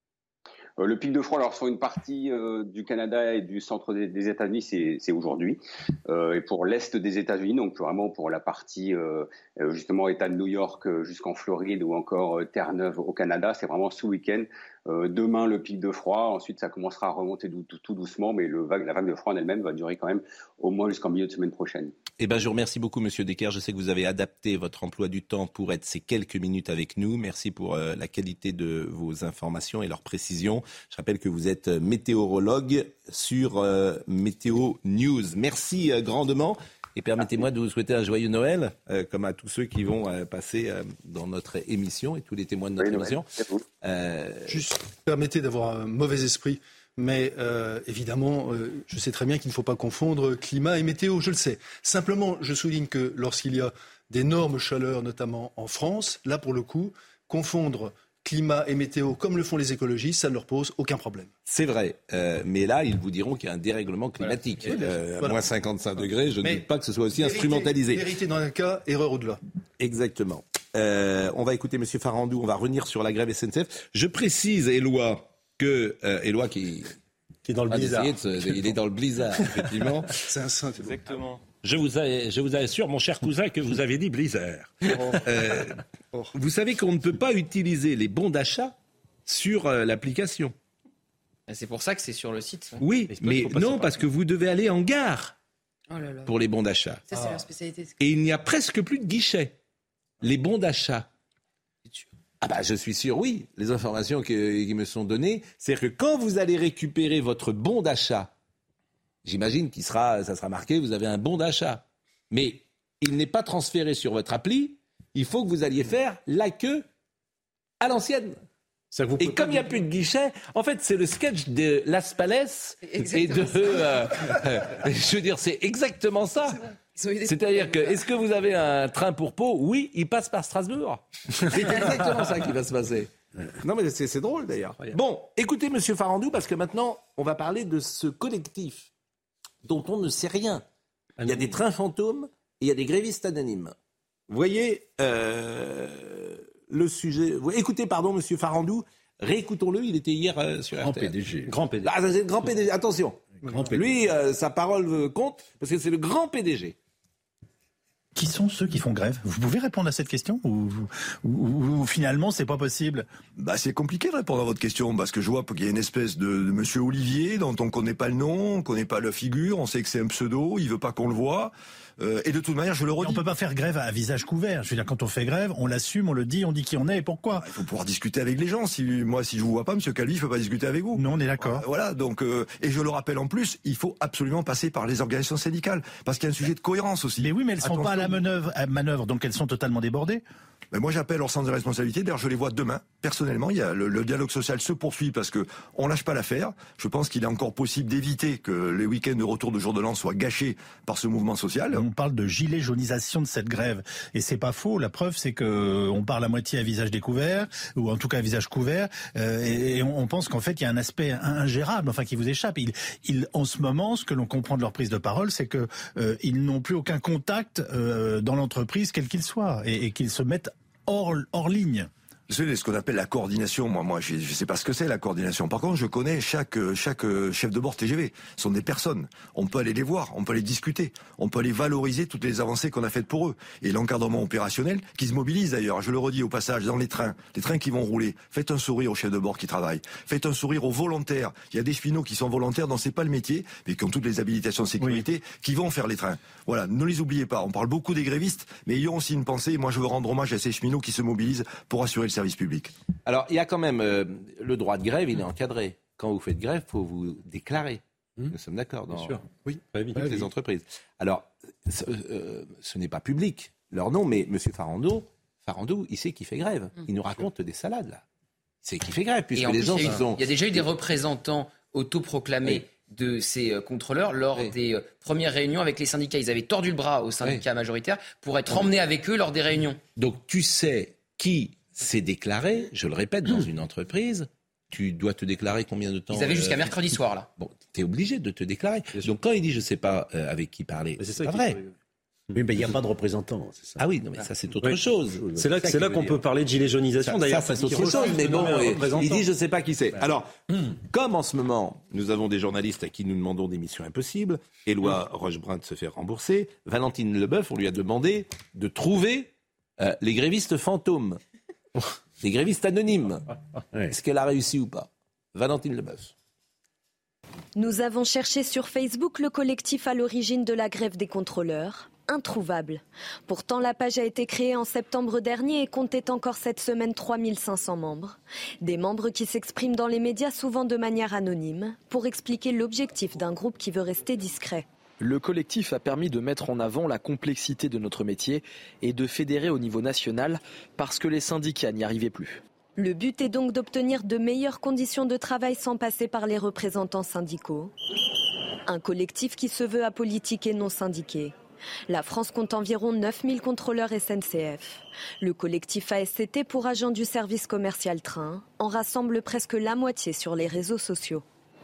Le pic de froid, alors sur une partie du Canada et du centre des États-Unis, c'est aujourd'hui. Et pour l'est des États-Unis, donc vraiment pour la partie justement État de New York jusqu'en Floride ou encore Terre-Neuve au Canada, c'est vraiment ce week-end. Demain, le pic de froid. Ensuite, ça commencera à remonter tout doucement, mais la vague de froid en elle-même va durer quand même au moins jusqu'en milieu de semaine prochaine. Eh ben, je vous remercie beaucoup, Monsieur Decker. Je sais que vous avez adapté votre emploi du temps pour être ces quelques minutes avec nous. Merci pour la qualité de vos informations et leur précision. Je rappelle que vous êtes météorologue sur Météo News. Merci grandement. Et permettez-moi de vous souhaiter un joyeux Noël, comme à tous ceux qui vont passer dans notre émission et tous les témoins de notre émission. Juste, permettez d'avoir un mauvais esprit, mais évidemment, je sais très bien qu'il ne faut pas confondre climat et météo, je le sais. Simplement, je souligne que lorsqu'il y a d'énormes chaleurs, notamment en France, là pour le coup, confondre climat et météo comme le font les écologistes, ça ne leur pose aucun problème. C'est vrai, mais là, ils vous diront qu'il y a un dérèglement climatique. Voilà. Moins 55 degrés, je ne doute pas que ce soit aussi instrumentalisé. Vérité dans un cas, erreur au-delà. Exactement. On va écouter M. Farandou, on va revenir sur la grève SNCF. Je précise, Éloi, que Éloi qui est dans le blizzard. Il est dans le blizzard, effectivement. C'est un saint. Exactement. Je vous assure, mon cher cousin, que vous avez dit blizzard. Vous savez qu'on ne peut pas utiliser les bons d'achat sur l'application. C'est pour ça que c'est sur le site. Oui, mais non, parce que vous devez aller en gare pour les bons d'achat. Ça, c'est leur spécialité. Et il n'y a presque plus de guichets. Les bons d'achat. Ah bah je suis sûr, oui. Les informations qui me sont données, c'est-à-dire que quand vous allez récupérer votre bon d'achat, j'imagine ça sera marqué, vous avez un bon d'achat. Mais il n'est pas transféré sur votre appli, il faut que vous alliez faire la queue à l'ancienne. Et comme il n'y a plus de guichet, en fait, c'est le sketch de Las Palais et de... je veux dire, c'est exactement ça. C'est-à-dire que, est-ce que vous avez un train pour Pau ? Oui, il passe par Strasbourg. C'est exactement ça qui va se passer. Non, mais c'est drôle, d'ailleurs. Bon, écoutez, M. Farandou, parce que maintenant, on va parler de ce collectif dont on ne sait rien. Il y a des trains fantômes et il y a des grévistes anonymes. Vous voyez le sujet... Écoutez, pardon, M. Farandou, réécoutons-le, il était hier sur Grand RTL. PDG. Grand PDG. Ah, c'est le grand PDG, attention. Lui, sa parole compte, parce que c'est le grand PDG. Qui sont ceux qui font grève ? Vous pouvez répondre à cette question ou finalement c'est pas possible ? C'est compliqué de répondre à votre question parce que je vois qu'il y a une espèce de monsieur Olivier dont on connaît pas le nom, on connaît pas la figure, on sait que c'est un pseudo, il veut pas qu'on le voie. Et de toute manière, je le redis. On peut pas faire grève à visage couvert. Je veux dire, quand on fait grève, on l'assume, on le dit, on dit qui on est et pourquoi. Il faut pouvoir discuter avec les gens. Si je vous vois pas, monsieur Calvi, il faut pas discuter avec vous. Non, on est d'accord. Voilà. Donc, et je le rappelle en plus, il faut absolument passer par les organisations syndicales parce qu'il y a un sujet de cohérence aussi. Mais oui, mais elles sont pas à la manœuvre, donc elles sont totalement débordées. Mais moi, j'appelle leur sens de responsabilité. D'ailleurs, je les vois demain. Personnellement, il y a le dialogue social se poursuit parce que on lâche pas l'affaire. Je pense qu'il est encore possible d'éviter que les week-ends de retour de jour de l'an soient gâchés par ce mouvement social. On parle de gilet jaunisation de cette grève, et c'est pas faux. La preuve, c'est que on parle à moitié à visage découvert, ou en tout cas à visage couvert, et on pense qu'en fait, il y a un aspect ingérable, enfin, qui vous échappe. En ce moment, ce que l'on comprend de leur prise de parole, c'est que ils n'ont plus aucun contact dans l'entreprise, quel qu'il soit, et qu'ils se mettent hors ligne. Vous savez, ce qu'on appelle la coordination, moi, je sais pas ce que c'est la coordination. Par contre, je connais chaque chef de bord TGV. Ce sont des personnes. On peut aller les voir, on peut les discuter, on peut aller valoriser toutes les avancées qu'on a faites pour eux. Et l'encadrement opérationnel, qui se mobilise d'ailleurs, je le redis au passage, dans les trains qui vont rouler. Faites un sourire aux chefs de bord qui travaillent. Faites un sourire aux volontaires. Il y a des cheminots qui sont volontaires, dont c'est pas le métier, mais qui ont toutes les habilitations de sécurité, qui vont faire les trains. Voilà, ne les oubliez pas. On parle beaucoup des grévistes, mais ayons aussi une pensée. Moi, je veux rendre hommage à ces cheminots qui se mobilisent pour assurer le service public. Alors, il y a quand même le droit de grève, il est encadré. Quand vous faites grève, il faut vous déclarer. Nous sommes d'accord dans oui, toutes les entreprises. Alors, ce n'est pas public, leur nom, mais M. Farandou, il sait qu'il fait grève. Il nous raconte des salades, là. Il sait qu'il fait grève, puisque les gens se sont... Il y a déjà eu des représentants autoproclamés de ces contrôleurs lors des premières réunions avec les syndicats. Ils avaient tordu le bras aux syndicats majoritaires pour être emmenés avec eux lors des réunions. Donc, tu sais qui s'est déclaré, je le répète, dans une entreprise, tu dois te déclarer combien de temps ? Ils avaient jusqu'à mercredi soir, là. Bon, tu es obligé de te déclarer. Donc quand il dit je ne sais pas avec qui parler, c'est pas vrai. Oui, mais il n'y a pas de représentant, c'est ça. Ah oui, non, mais ça c'est autre chose. C'est là qu'on peut parler de gilet jaunisation, d'ailleurs. Ça c'est autre chose, mais bon, il dit je ne sais pas qui c'est. Alors, comme en ce moment, nous avons des journalistes à qui nous demandons des missions impossibles, Éloi Rochebrun se fait rembourser, Valentine Leboeuf, on lui a demandé de trouver les grévistes fantômes. Les grévistes anonymes. Est-ce qu'elle a réussi ou pas ? Valentine Leboeuf. Nous avons cherché sur Facebook le collectif à l'origine de la grève des contrôleurs. Introuvable. Pourtant, la page a été créée en septembre dernier et comptait encore cette semaine 3500 membres. Des membres qui s'expriment dans les médias souvent de manière anonyme pour expliquer l'objectif d'un groupe qui veut rester discret. Le collectif a permis de mettre en avant la complexité de notre métier et de fédérer au niveau national parce que les syndicats n'y arrivaient plus. Le but est donc d'obtenir de meilleures conditions de travail sans passer par les représentants syndicaux. Un collectif qui se veut apolitique et non syndiqué. La France compte environ 9000 contrôleurs SNCF. Le collectif ASCT pour agents du service commercial train en rassemble presque la moitié sur les réseaux sociaux.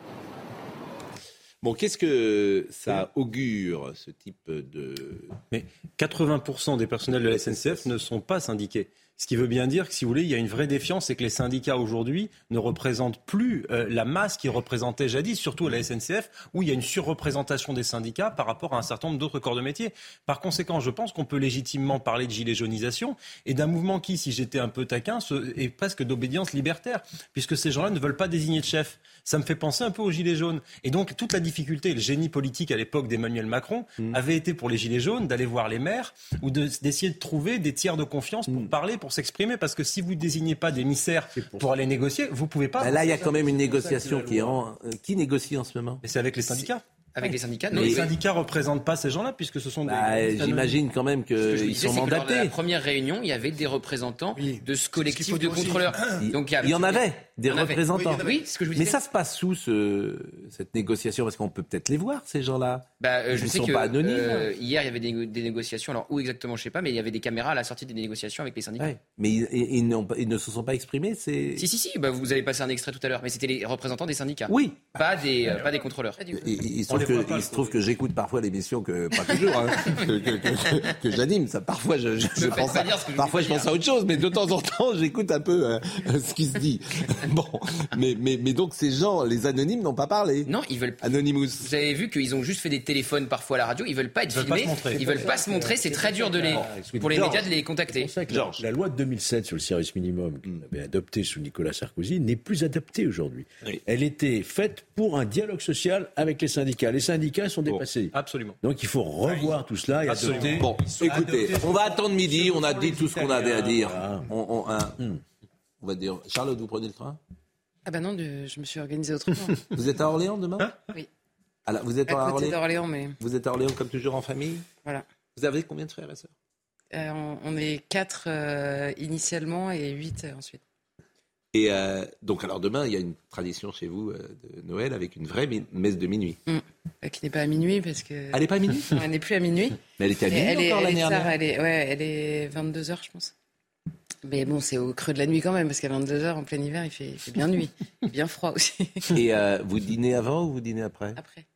Bon, qu'est-ce que ça augure, ce type de... Mais 80% des personnels de la SNCF ne sont pas syndiqués. Ce qui veut bien dire que, si vous voulez, il y a une vraie défiance et que les syndicats aujourd'hui ne représentent plus la masse qu'ils représentaient jadis, surtout à la SNCF, où il y a une surreprésentation des syndicats par rapport à un certain nombre d'autres corps de métier. Par conséquent, je pense qu'on peut légitimement parler de gilet jaunisation et d'un mouvement qui, si j'étais un peu taquin, est presque d'obédience libertaire, puisque ces gens-là ne veulent pas désigner de chef. Ça me fait penser un peu aux gilets jaunes. Et donc, toute la difficulté, le génie politique à l'époque d'Emmanuel Macron avait été pour les gilets jaunes d'aller voir les maires ou d'essayer de trouver des tiers de confiance pour parler, pour s'exprimer, parce que si vous ne désignez pas d'émissaires pour aller négocier, vous ne pouvez pas. Là, il y a quand même une négociation qui négocie en ce moment. Mais c'est avec les syndicats. Avec les syndicats. Les syndicats ne représentent pas ces gens-là, puisque ce sont des... J'imagine quand même qu'ils sont mandatés. Lors de la première réunion, il y avait des représentants de ce collectif de contrôleurs. Donc, il y en avait des représentants. Oui, c'est ce que je vous disais. Mais ça se passe où, cette négociation? Parce qu'on peut peut-être les voir, ces gens-là. Je Ils sais ne sont que pas anonymes. hier, il y avait des négociations. Alors, où exactement, je ne sais pas, mais il y avait des caméras à la sortie des négociations avec les syndicats. Ouais. Mais ils ne se sont pas exprimés. Si. Vous avez passé un extrait tout à l'heure, mais c'était les représentants des syndicats. Oui. Pas des contrôleurs. Il se trouve que j'écoute parfois l'émission, pas toujours, que j'anime. Ça, parfois, je pense à autre chose, mais de temps en temps, j'écoute un peu ce qui se dit. Bon, mais donc ces gens, les anonymes, n'ont pas parlé. Non, ils veulent. Anonymous. Vous avez vu qu'ils ont juste fait des téléphones parfois à la radio. Ils veulent pas être filmés. Ils veulent pas se montrer. C'est très dur pour les médias de les contacter. La loi de 2007 sur le service minimum qu'on avait adoptée sous Nicolas Sarkozy n'est plus adaptée aujourd'hui. Oui. Elle était faite pour un dialogue social avec les syndicats. Les syndicats sont dépassés. Absolument. Donc il faut revoir tout cela et adopter. Bon, écoutez, on va attendre midi. On a dit tout ce qu'on avait à dire. On va dire. Charlotte, vous prenez le train? Ah bah non, je me suis organisée autrement. Vous êtes à Orléans demain? Oui. Alors, vous êtes à côté d'Orléans, mais... Vous êtes à Orléans comme toujours en famille? Voilà. Vous avez combien de frères et sœurs? On est 4 initialement et 8 ensuite. Et donc, alors demain, il y a une tradition chez vous de Noël avec une vraie messe de minuit. Qui n'est pas à minuit parce que... Elle n'est pas à minuit? Non, elle n'est plus à minuit. Mais elle était à minuit encore l'année dernière. Elle est 22h, je pense. Mais bon, c'est au creux de la nuit quand même, parce qu'à 22h, en plein hiver, il fait bien nuit. Il fait bien froid aussi. Et vous dînez avant ou vous dînez après? Après.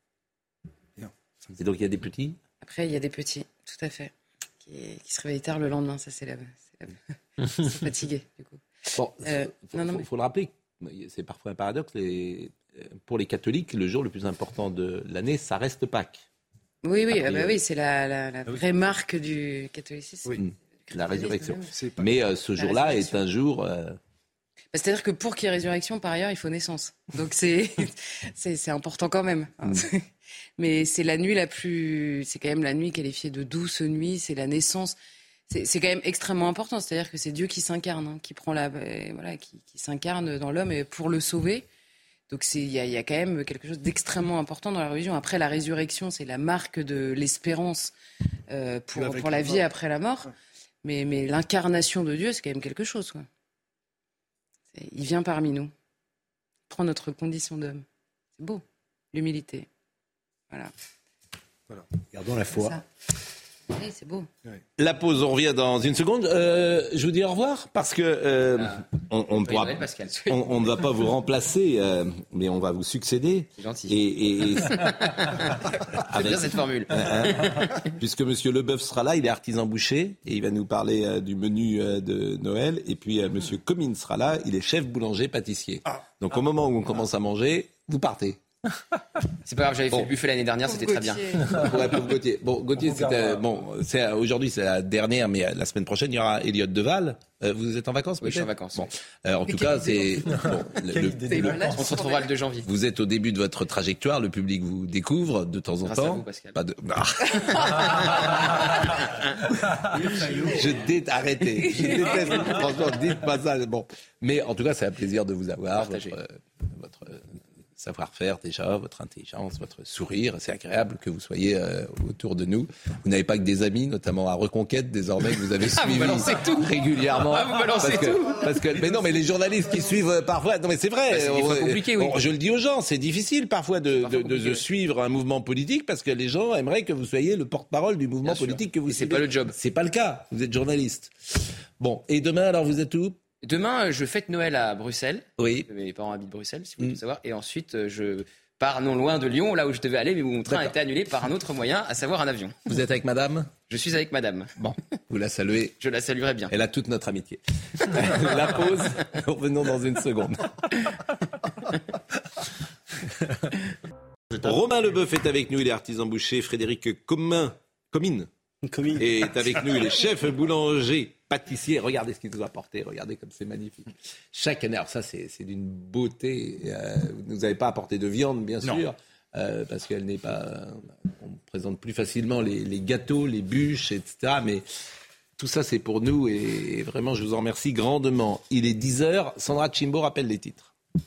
Et donc, il y a des petits? Après, il y a des petits, tout à fait, qui se réveillent tard le lendemain. Ça, c'est ils sont fatigués, du coup. Bon, il faut le rappeler, c'est parfois un paradoxe. Pour les catholiques, le jour le plus important de l'année, ça reste Pâques. Oui, c'est la vraie marque du catholicisme. Oui. La résurrection. Mais ce jour-là est un jour... C'est-à-dire que pour qu'il y ait résurrection, par ailleurs, il faut naissance. Donc c'est important quand même. Mais c'est la nuit c'est quand même la nuit qualifiée de douce nuit, c'est la naissance. C'est quand même extrêmement important. C'est-à-dire que c'est Dieu qui s'incarne, qui prend qui s'incarne dans l'homme pour le sauver. Donc il y a quand même quelque chose d'extrêmement important dans la religion. Après, la résurrection, c'est la marque de l'espérance pour la vie après la mort. Mais l'incarnation de Dieu, c'est quand même quelque chose, quoi. Il vient parmi nous. Il prend notre condition d'homme. C'est beau. L'humilité. Voilà. Gardons la foi. Oui, c'est beau. La pause, on revient dans une seconde. Je vous dis au revoir parce que on ne va pas vous remplacer, mais on va vous succéder. C'est gentil. J'aime bien cette formule. Puisque Monsieur Leboeuf sera là, il est artisan boucher et il va nous parler du menu de Noël. Et puis Monsieur Comines sera là, il est chef boulanger pâtissier. Donc au moment où on commence à manger, vous partez. C'est pas grave, j'avais fait le buffet l'année dernière, c'était très bien. Pour Gauthier. Bon, Gauthier, aujourd'hui c'est la dernière, mais la semaine prochaine il y aura Elliott Deval. Vous êtes en vacances? Oui, je suis en vacances. Bon, en tout cas, c'est on se retrouvera le 2 janvier. Vous êtes au début de votre trajectoire, le public vous découvre de temps en temps. Grâce à vous, Pascal. Arrêtez. Je déteste. Franchement, dites pas ça. Bon, mais en tout cas, c'est un plaisir de vous avoir. savoir-faire déjà, votre intelligence, votre sourire. C'est agréable que vous soyez autour de nous. Vous n'avez pas que des amis, notamment à Reconquête, désormais, que vous avez suivi régulièrement. Vous balancez tout. Mais non, mais les journalistes qui suivent parfois... Non, mais c'est vrai. C'est des fois compliqué, oui. Je le dis aux gens, c'est difficile parfois de suivre un mouvement politique parce que les gens aimeraient que vous soyez le porte-parole du mouvement politique que vous suivez. C'est pas le job. C'est pas le cas. Vous êtes journaliste. Bon, et demain, alors, vous êtes où ? Demain, je fête Noël à Bruxelles. Oui. Mes parents habitent Bruxelles, si vous voulez tout savoir. Et ensuite, je pars non loin de Lyon, là où je devais aller, mais où mon train a été annulé par un autre moyen, à savoir un avion. Vous êtes avec madame ? Je suis avec madame. Bon, vous la saluez. Je la saluerai bien. Elle a toute notre amitié. La pause, nous revenons dans une seconde. Romain Leboeuf est avec nous, il est artisan boucher. Frédéric Comines est avec nous, il est chef boulanger, pâtissier. Regardez ce qu'il nous a apporté, regardez comme c'est magnifique. Chaque année, alors ça c'est d'une beauté. Vous nous avez pas apporté de viande, bien sûr, parce qu'elle n'est pas... on présente plus facilement les gâteaux, les bûches, etc. Mais tout ça c'est pour nous et vraiment je vous en remercie grandement. Il est 10h, Sandra Chimbo rappelle les titres.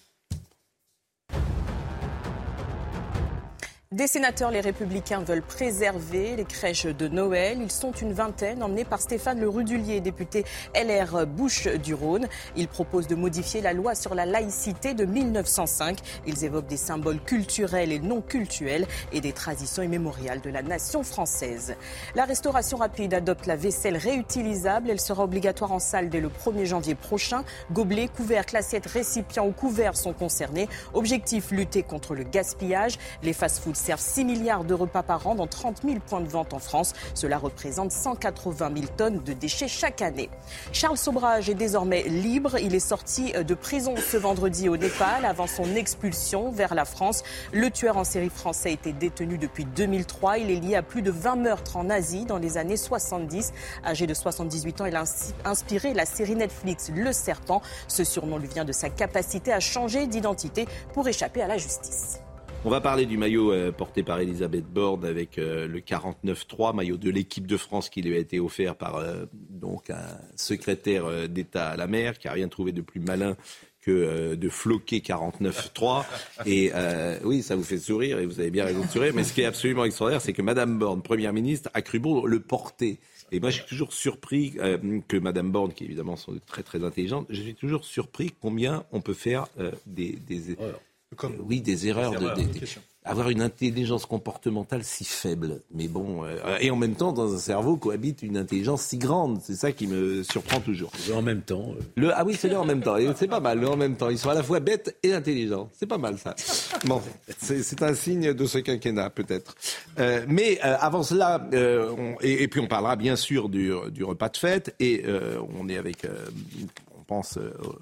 Des sénateurs, les Républicains, veulent préserver les crèches de Noël. Ils sont une vingtaine, emmenés par Stéphane Le Rudulier, député LR Bouches-du-Rhône. Ils proposent de modifier la loi sur la laïcité de 1905. Ils évoquent des symboles culturels et non cultuels et des traditions immémoriales de la nation française. La restauration rapide adopte la vaisselle réutilisable. Elle sera obligatoire en salle dès le 1er janvier prochain. Gobelets, couvercles, assiettes, récipients ou couverts sont concernés. Objectif, lutter contre le gaspillage. Les fast-foods servent 6 milliards de repas par an dans 30 000 points de vente en France. Cela représente 180 000 tonnes de déchets chaque année. Charles Sobhraj est désormais libre. Il est sorti de prison ce vendredi au Népal avant son expulsion vers la France. Le tueur en série français était détenu depuis 2003. Il est lié à plus de 20 meurtres en Asie dans les années 70. Âgé de 78 ans, il a inspiré la série Netflix Le Serpent. Ce surnom lui vient de sa capacité à changer d'identité pour échapper à la justice. On va parler du maillot porté par Elisabeth Borne avec le 49-3, maillot de l'équipe de France qui lui a été offert par donc un secrétaire d'État à la mer qui n'a rien trouvé de plus malin que de floquer 49-3. Et oui, ça vous fait sourire et vous avez bien raison de sourire. Mais ce qui est absolument extraordinaire, c'est que Madame Borne, Première ministre, a cru bon le porter. Et moi, je suis toujours surpris que Madame Borne, qui évidemment sont très très intelligente, je suis toujours surpris combien on peut faire des erreurs, avoir une intelligence comportementale si faible. Mais bon, et en même temps, dans un cerveau cohabite une intelligence si grande. C'est ça qui me surprend toujours. Le en même temps. Ah oui, c'est le en même temps. Et c'est pas mal, le en même temps. Ils sont à la fois bêtes et intelligents. C'est pas mal, ça. Bon, c'est un signe de ce quinquennat, peut-être. Mais avant cela, et puis on parlera bien sûr du repas de fête. Et on est avec... on pense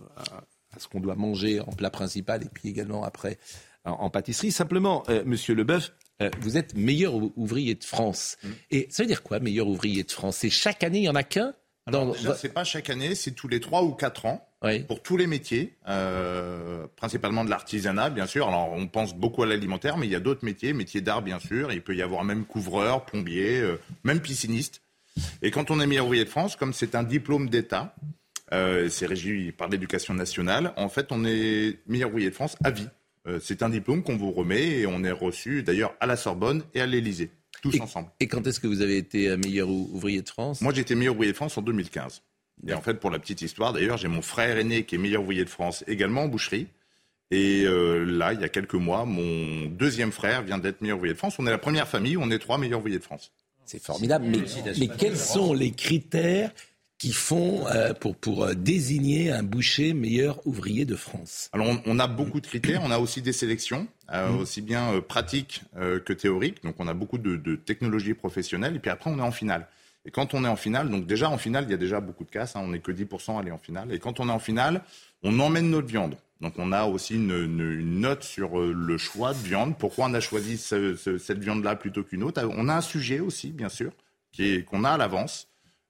à ce qu'on doit manger en plat principal et puis également après en pâtisserie. Simplement, Monsieur Leboeuf, vous êtes meilleur ouvrier de France. Et ça veut dire quoi, meilleur ouvrier de France ? C'est chaque année, il n'y en a qu'un ? Déjà, c'est pas chaque année, c'est tous les 3 ou 4 ans, pour tous les métiers, principalement de l'artisanat, bien sûr. Alors, on pense beaucoup à l'alimentaire, mais il y a d'autres métiers d'art, bien sûr. Il peut y avoir même couvreur, plombier, même pisciniste. Et quand on est meilleur ouvrier de France, comme c'est un diplôme d'État, c'est régi par l'éducation nationale. En fait, on est meilleur ouvrier de France à vie. C'est un diplôme qu'on vous remet et on est reçu d'ailleurs à la Sorbonne et à l'Élysée, tous ensemble. Et quand est-ce que vous avez été meilleur ouvrier de France ? Moi, j'ai été meilleur ouvrier de France en 2015. Et en fait, pour la petite histoire, d'ailleurs, j'ai mon frère aîné qui est meilleur ouvrier de France également en boucherie. Et là, il y a quelques mois, mon deuxième frère vient d'être meilleur ouvrier de France. On est la première famille où on est 3 meilleurs ouvriers de France. C'est formidable. Mais quels sont les critères qui font pour désigner un boucher meilleur ouvrier de France ? Alors, on a beaucoup de critères. On a aussi des sélections, aussi bien pratiques que théoriques. Donc, on a beaucoup de technologies professionnelles. Et puis après, on est en finale. Et quand on est en finale, donc déjà en finale, il y a déjà beaucoup de casse. On n'est que 10% à aller en finale. Et quand on est en finale, on emmène notre viande. Donc, on a aussi une note sur le choix de viande. Pourquoi on a choisi cette viande-là plutôt qu'une autre ? On a un sujet aussi, bien sûr, qu'on a à l'avance.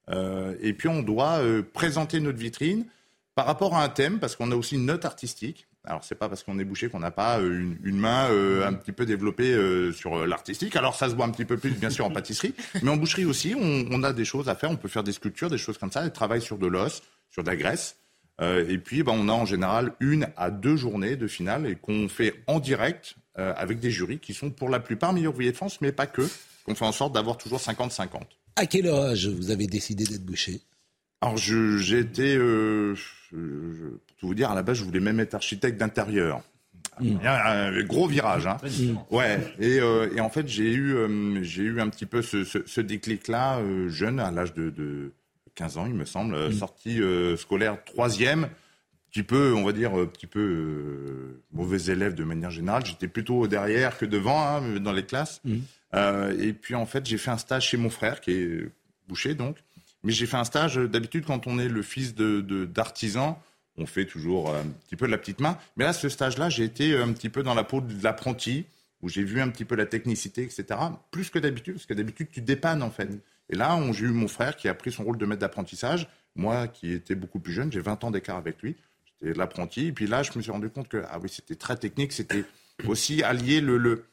Et puis on doit présenter notre vitrine par rapport à un thème, parce qu'on a aussi une note artistique. Alors c'est pas parce qu'on est boucher qu'on n'a pas une main un petit peu développée sur l'artistique. Alors ça se voit un petit peu plus bien sûr en pâtisserie, mais en boucherie aussi on a des choses à faire. On peut faire des sculptures, des choses comme ça, des travail sur de l'os, sur de la graisse. Et puis, on a en général 1 à 2 journées de finale et qu'on fait en direct avec des jurys qui sont pour la plupart meilleurs ouvriers de France, mais pas que. Qu'on fait en sorte d'avoir toujours 50-50. À quel âge vous avez décidé d'être boucher ? Alors, j'ai été, pour tout vous dire, à la base, je voulais même être architecte d'intérieur. Un gros virage, hein. Ouais. Et en fait, j'ai eu un petit peu ce déclic-là, jeune, à l'âge de 15 ans, il me semble, sortie scolaire 3e, on va dire, mauvais élève de manière générale. J'étais plutôt derrière que devant, hein, dans les classes. Et puis, en fait, j'ai fait un stage chez mon frère, qui est boucher, donc. Mais j'ai fait un stage, d'habitude, quand on est le fils d'artisan, on fait toujours un petit peu de la petite main. Mais là, ce stage-là, j'ai été un petit peu dans la peau de l'apprenti, où j'ai vu un petit peu la technicité, etc. Plus que d'habitude, parce que d'habitude, tu dépannes, en fait. Et là, j'ai eu mon frère qui a pris son rôle de maître d'apprentissage. Moi, qui étais beaucoup plus jeune, j'ai 20 ans d'écart avec lui. J'étais l'apprenti. Et puis là, je me suis rendu compte que, c'était très technique. C'était aussi allier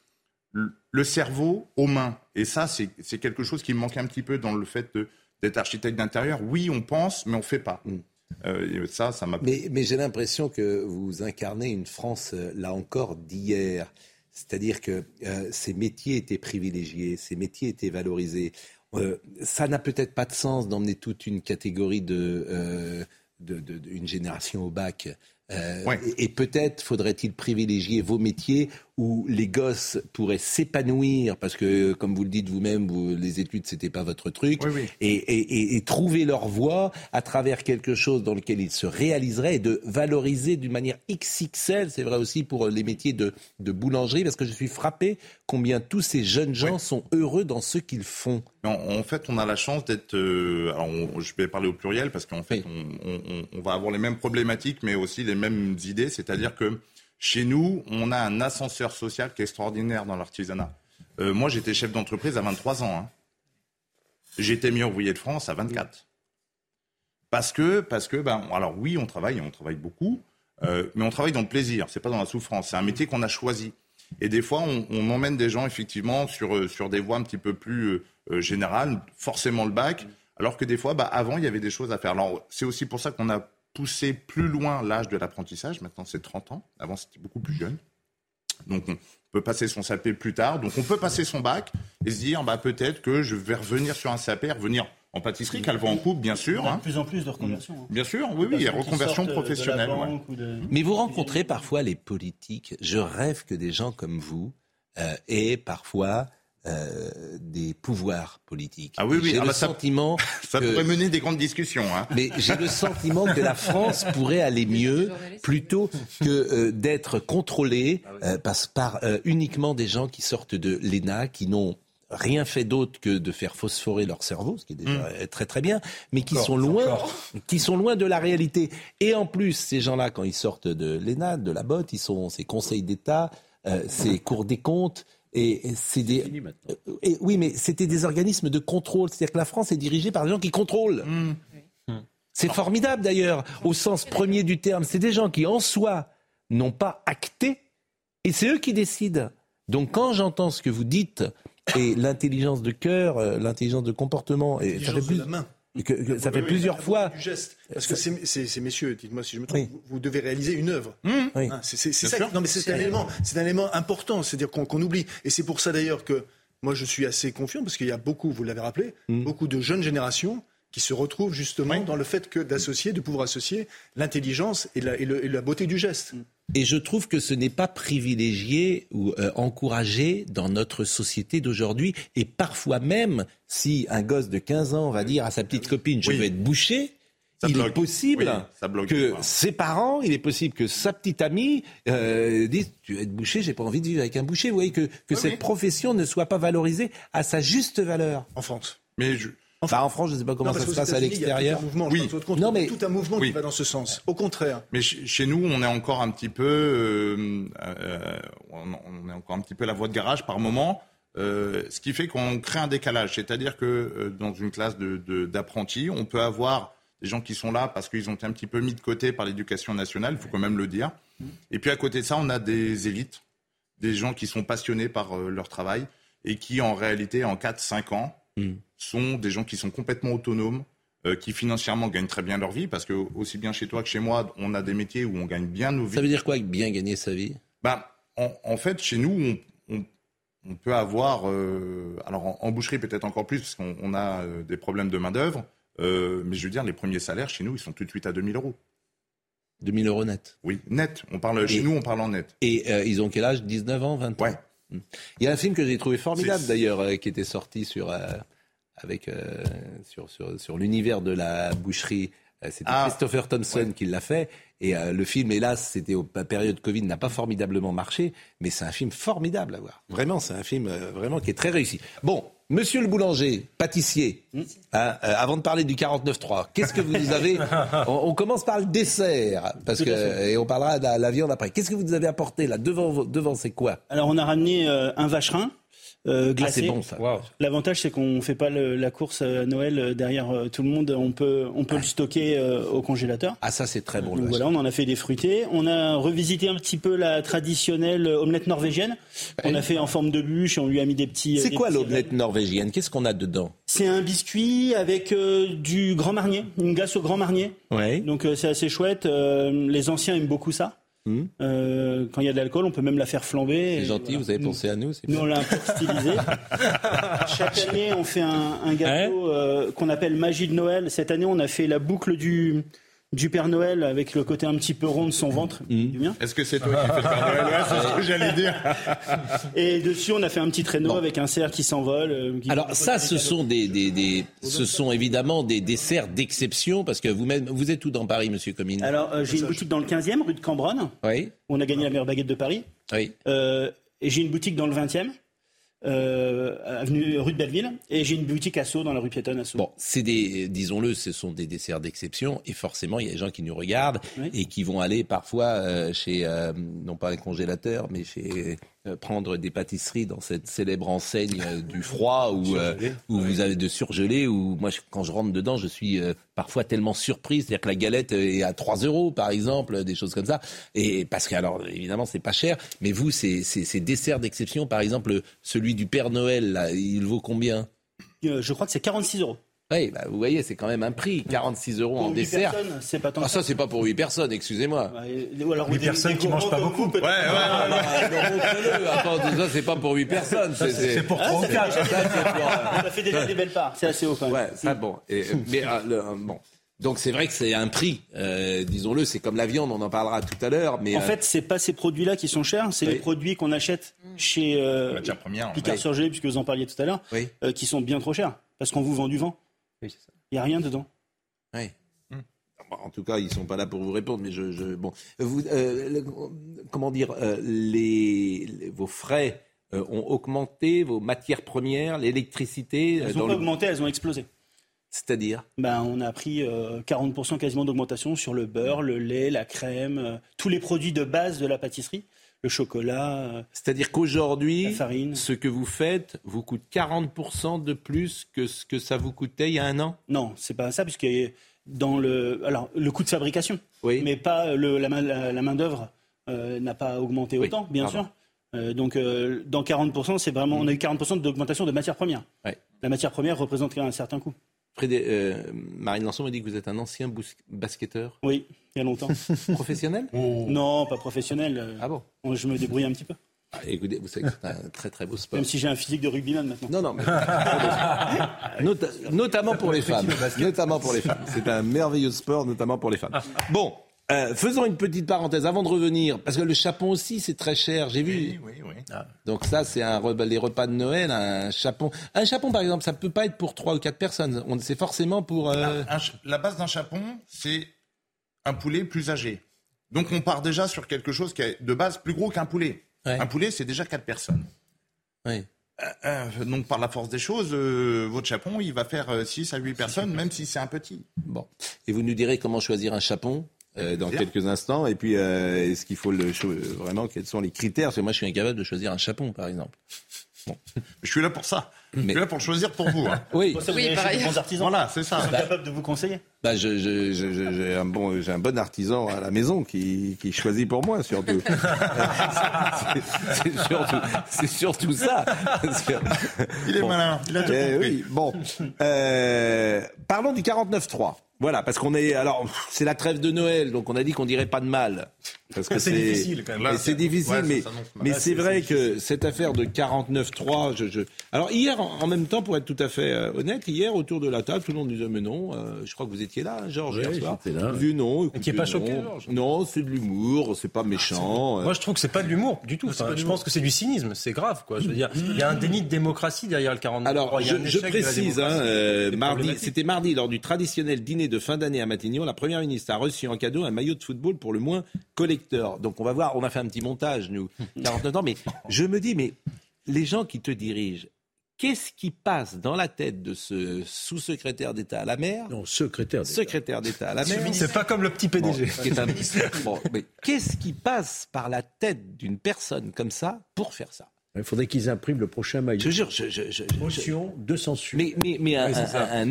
le cerveau aux mains. Et ça, c'est quelque chose qui me manquait un petit peu dans le fait d'être architecte d'intérieur. Oui, on pense, mais on ne fait pas. Ça m'a... Mais j'ai l'impression que vous incarnez une France, là encore, d'hier. C'est-à-dire que ces métiers étaient privilégiés, ces métiers étaient valorisés. Ça n'a peut-être pas de sens d'emmener toute une catégorie d'une génération au bac. Et peut-être faudrait-il privilégier vos métiers où les gosses pourraient s'épanouir parce que, comme vous le dites vous-même, les études c'était pas votre truc, et trouver leur voie à travers quelque chose dans lequel ils se réaliseraient et de valoriser d'une manière XXL. C'est vrai aussi pour les métiers de boulangerie, parce que je suis frappé combien tous ces jeunes gens sont heureux dans ce qu'ils font. En fait, on a la chance d'être... je vais parler au pluriel parce qu'en fait, on va avoir les mêmes problématiques, mais aussi les mêmes idées. C'est-à-dire que chez nous, on a un ascenseur social qui est extraordinaire dans l'artisanat. Moi, j'étais chef d'entreprise à 23 ans. Hein. J'étais meilleur ouvrier de France à 24. Parce que alors oui, on travaille beaucoup, mais on travaille dans le plaisir. C'est pas dans la souffrance. C'est un métier qu'on a choisi. Et des fois, on emmène des gens effectivement sur des voies un petit peu plus générales, forcément le bac, alors que des fois, avant, il y avait des choses à faire. Alors, c'est aussi pour ça qu'on a poussé plus loin l'âge de l'apprentissage. Maintenant, c'est 30 ans. Avant, c'était beaucoup plus jeune. Donc, on peut passer son CAP plus tard. Donc, on peut passer son bac et se dire, peut-être que je vais revenir sur un CAP, revenir en pâtisserie, calva en coupe, bien sûr. Il y a de plus en plus de reconversion. Bien sûr, oui, il y a reconversion professionnelle. Mais vous rencontrez parfois les politiques. Je rêve que des gens comme vous aient parfois des pouvoirs politiques. Ah oui, j'ai le sentiment ça pourrait mener des grandes discussions. Hein. Mais j'ai le sentiment que la France pourrait aller mieux plutôt que d'être contrôlée par uniquement des gens qui sortent de l'ENA, qui n'ont rien fait d'autre que de faire phosphorer leur cerveau, ce qui est déjà très très bien, mais qui sont loin de la réalité. Et en plus, ces gens-là, quand ils sortent de l'ENA, de la botte, ils sont ces conseils d'État, ces cours des comptes. Et c'est des. Oui, mais c'était des organismes de contrôle. C'est-à-dire que la France est dirigée par des gens qui contrôlent. C'est formidable d'ailleurs, au sens premier du terme. C'est des gens qui, en soi, n'ont pas acté, et c'est eux qui décident. Donc quand j'entends ce que vous dites, et l'intelligence de cœur, l'intelligence de comportement, et ça fait plus. Ça fait plusieurs fois. Du geste. Parce que ces messieurs, dites-moi si je me trompe, vous devez réaliser une œuvre. C'est ça. Non, mais c'est un élément important, c'est-à-dire qu'on oublie. Et c'est pour ça d'ailleurs que moi je suis assez confiant, parce qu'il y a beaucoup, vous l'avez rappelé, beaucoup de jeunes générations qui se retrouvent justement dans le fait de pouvoir associer l'intelligence et la beauté du geste. Et je trouve que ce n'est pas privilégié ou encouragé dans notre société d'aujourd'hui. Et parfois même, si un gosse de 15 ans va dire à sa petite copine « je veux être boucher », il est possible que ses parents, il est possible que sa petite amie dise « tu veux être boucher, j'ai pas envie de vivre avec un boucher ». Vous voyez que cette profession ne soit pas valorisée à sa juste valeur. En France. En France, je ne sais pas comment ça se passe à l'extérieur. Tout un mouvement qui va dans ce sens. Au contraire. Mais chez nous, on est encore un petit peu, la voie de garage par moment. Ce qui fait qu'on crée un décalage. C'est-à-dire que dans une classe d'apprentis, on peut avoir des gens qui sont là parce qu'ils ont été un petit peu mis de côté par l'éducation nationale, il faut quand même le dire. Et puis à côté de ça, on a des élites, des gens qui sont passionnés par leur travail et qui, en réalité, en 4-5 ans, sont des gens qui sont complètement autonomes, qui financièrement gagnent très bien leur vie, parce que aussi bien chez toi que chez moi, on a des métiers où on gagne bien nos vies. Ça veut dire quoi, bien gagner sa vie ? En fait, chez nous, on peut avoir, alors en boucherie peut-être encore plus, parce qu'on a des problèmes de main-d'œuvre, mais je veux dire, les premiers salaires chez nous, ils sont tout de suite à 2 000 euros. 2 000 euros net. Oui, net. Chez nous, on parle en net. Et ils ont quel âge ? 19 ans, 20 ans ? Ouais. Il y a un film que j'ai trouvé formidable d'ailleurs, qui était sorti sur l'univers de la boucherie. C'était Christopher Thompson qui l'a fait. Et le film, hélas, c'était la période Covid, n'a pas formidablement marché, mais c'est un film formidable à voir. Vraiment, c'est un film vraiment qui est très réussi. Bon, monsieur le boulanger, pâtissier, avant de parler du 49.3, qu'est-ce que vous avez... on commence par le dessert, et on parlera de la viande après. Qu'est-ce que vous avez apporté là devant c'est quoi ? Alors, on a ramené un vacherin. Glacé. C'est bon ça. Wow. L'avantage, c'est qu'on ne fait pas la course à Noël derrière tout le monde. On peut le stocker au congélateur. Ah, ça, c'est très bon. Donc voilà, on en a fait des fruités. On a revisité un petit peu la traditionnelle omelette norvégienne. On a fait en forme de bûche et on lui a mis des petits... C'est quoi l'omelette norvégienne ? Qu'est-ce qu'on a dedans ? C'est un biscuit avec du Grand Marnier, une glace au Grand Marnier. Ouais. Donc c'est assez chouette. Les anciens aiment beaucoup ça. Quand il y a de l'alcool, on peut même la faire flamber. C'est gentil, voilà. Vous avez pensé à nous. Nous, on l'a un peu stylisé. Chaque année, on fait un gâteau qu'on appelle Magie de Noël. Cette année, on a fait la boucle du Père Noël avec le côté un petit peu rond de son ventre. Du mien. Est-ce que c'est toi qui fais le Père Noël ? Ouais, c'est ce que j'allais dire. Et dessus, on a fait un petit traîneau avec un cerf qui s'envole. Alors ça, ce sont évidemment des desserts d'exception, parce que vous êtes où dans Paris, monsieur Comines ? Alors, j'ai une boutique dans le 15e, rue de Cambronne. Oui. Où on a gagné la meilleure baguette de Paris. Oui. Et j'ai une boutique dans le 20e. Avenue rue de Belleville, et j'ai une boutique à Sceaux dans la rue piétonne à Sceaux. Bon, disons-le, ce sont des desserts d'exception, et forcément il y a des gens qui nous regardent et qui vont aller parfois chez non pas un congélateur, mais chez prendre des pâtisseries dans cette célèbre enseigne du froid où vous avez de surgelé, où moi quand je rentre dedans je suis parfois tellement surpris, c'est-à-dire que la galette est à 3 € par exemple, des choses comme ça, et parce que alors évidemment c'est pas cher, mais vous ces desserts d'exception, par exemple celui du Père Noël là, il vaut combien ? Je crois que c'est 46 €. Oui, vous voyez, c'est quand même un prix. 46 € en dessert. C'est pas tant ça, c'est pas pour 8 personnes, excusez-moi. Ou alors 8 personnes qui mangent pas beaucoup. Ouais. Attends, ça, c'est pas pour 8 personnes. C'est pour 3 ou 4. On a fait déjà des belles parts. C'est assez haut quand même. Ouais, ça, bon. Bon. Donc c'est vrai que c'est un prix, disons-le, c'est comme la viande, on en parlera tout à l'heure. Mais en fait, c'est pas ces produits-là qui sont chers, c'est les produits qu'on achète chez Picard-Surgelé, puisque vous en parliez tout à l'heure, qui sont bien trop chers, parce qu'on vous vend du vent. Oui, c'est ça. Il n'y a rien dedans. Oui. En tout cas, ils ne sont pas là pour vous répondre, mais bon. Vous, comment dire, vos frais ont augmenté, vos matières premières, l'électricité. Elles n'ont pas augmenté, elles ont explosé. C'est-à-dire ? On a pris 40% quasiment d'augmentation sur le beurre, le lait, la crème, tous les produits de base de la pâtisserie. Le chocolat. C'est-à-dire qu'aujourd'hui, la farine. Ce que vous faites vous coûte 40% de plus que ce que ça vous coûtait il y a un an ? Non, c'est pas ça, puisque dans le coût de fabrication, mais pas la main-d'œuvre n'a pas augmenté autant, bien sûr. Donc, dans 40%, c'est vraiment, on a eu 40% d'augmentation de matières premières. Ouais. La matière première représente un certain coût. Marine Lançon m'a dit que vous êtes un ancien basketteur. Oui, il y a longtemps. Professionnel ? Non, pas professionnel. Ah bon ? Je me débrouille un petit peu. Écoutez, vous savez que c'est un très très beau sport. Même si j'ai un physique de rugbyman maintenant. Non, mais notamment pour les femmes. Notamment pour les femmes. C'est un merveilleux sport, notamment pour les femmes. Bon. Faisons une petite parenthèse avant de revenir, parce que le chapon aussi c'est très cher, j'ai vu. Oui. Donc ça c'est les repas de Noël, un chapon. Un chapon par exemple, ça peut pas être pour 3 ou 4 personnes, c'est forcément pour... La base d'un chapon, c'est un poulet plus âgé. Donc on part déjà sur quelque chose qui est de base plus gros qu'un poulet. Ouais. Un poulet c'est déjà 4 personnes. Oui. Donc par la force des choses, votre chapon il va faire 6 à 8 personnes, même si c'est un petit. Bon. Et vous nous direz comment choisir un chapon dans quelques instants. Et puis, est-ce qu'il faut vraiment, quels sont les critères ? Parce que moi, je suis incapable de choisir un chapon, par exemple. Bon. Je suis là pour ça. Je suis là pour le choisir pour vous. Hein. Oui, vous avez des bons artisans. Voilà, c'est ça. Ils sont capables de vous conseiller. J'ai un bon artisan à la maison qui choisit pour moi, surtout. c'est surtout ça. Il est malin. Il a tout compris. Oui, bon. Parlons du 49.3. Voilà, parce qu'on est... Alors, c'est la trêve de Noël, donc on a dit qu'on dirait pas de mal. Parce que c'est difficile, quand même. Là, c'est difficile, mais c'est vrai que cette affaire de 49.3... Alors, hier, en même temps, pour être tout à fait honnête, hier, autour de la table, tout le monde disait, mais non, je crois que vous étiez là, Georges, hier soir. J'étais là. Vous disiez non. Et qui n'est pas choqué, Georges. Non, c'est de l'humour, c'est pas méchant. Moi, je trouve que c'est pas de l'humour du tout. Enfin, je pense que c'est du cynisme, c'est grave, quoi. Je veux dire, il y a un déni de démocratie derrière le 49.3. Alors, je précise, c'était mardi, lors du traditionnel dîner de fin d'année à Matignon, la Première ministre a reçu en cadeau un maillot de football pour le moins collector. Donc on va voir, on a fait un petit montage, nous, 49 ans, mais je me dis, mais les gens qui te dirigent, qu'est-ce qui passe dans la tête de ce sous-secrétaire d'État à la mer ? Non, secrétaire d'État à la mer. C'est pas comme le petit PDG. Mais qu'est-ce qui passe par la tête d'une personne comme ça pour faire ça ? Il faudrait qu'ils impriment le prochain maillot. Je jure, motion de censure. Mais un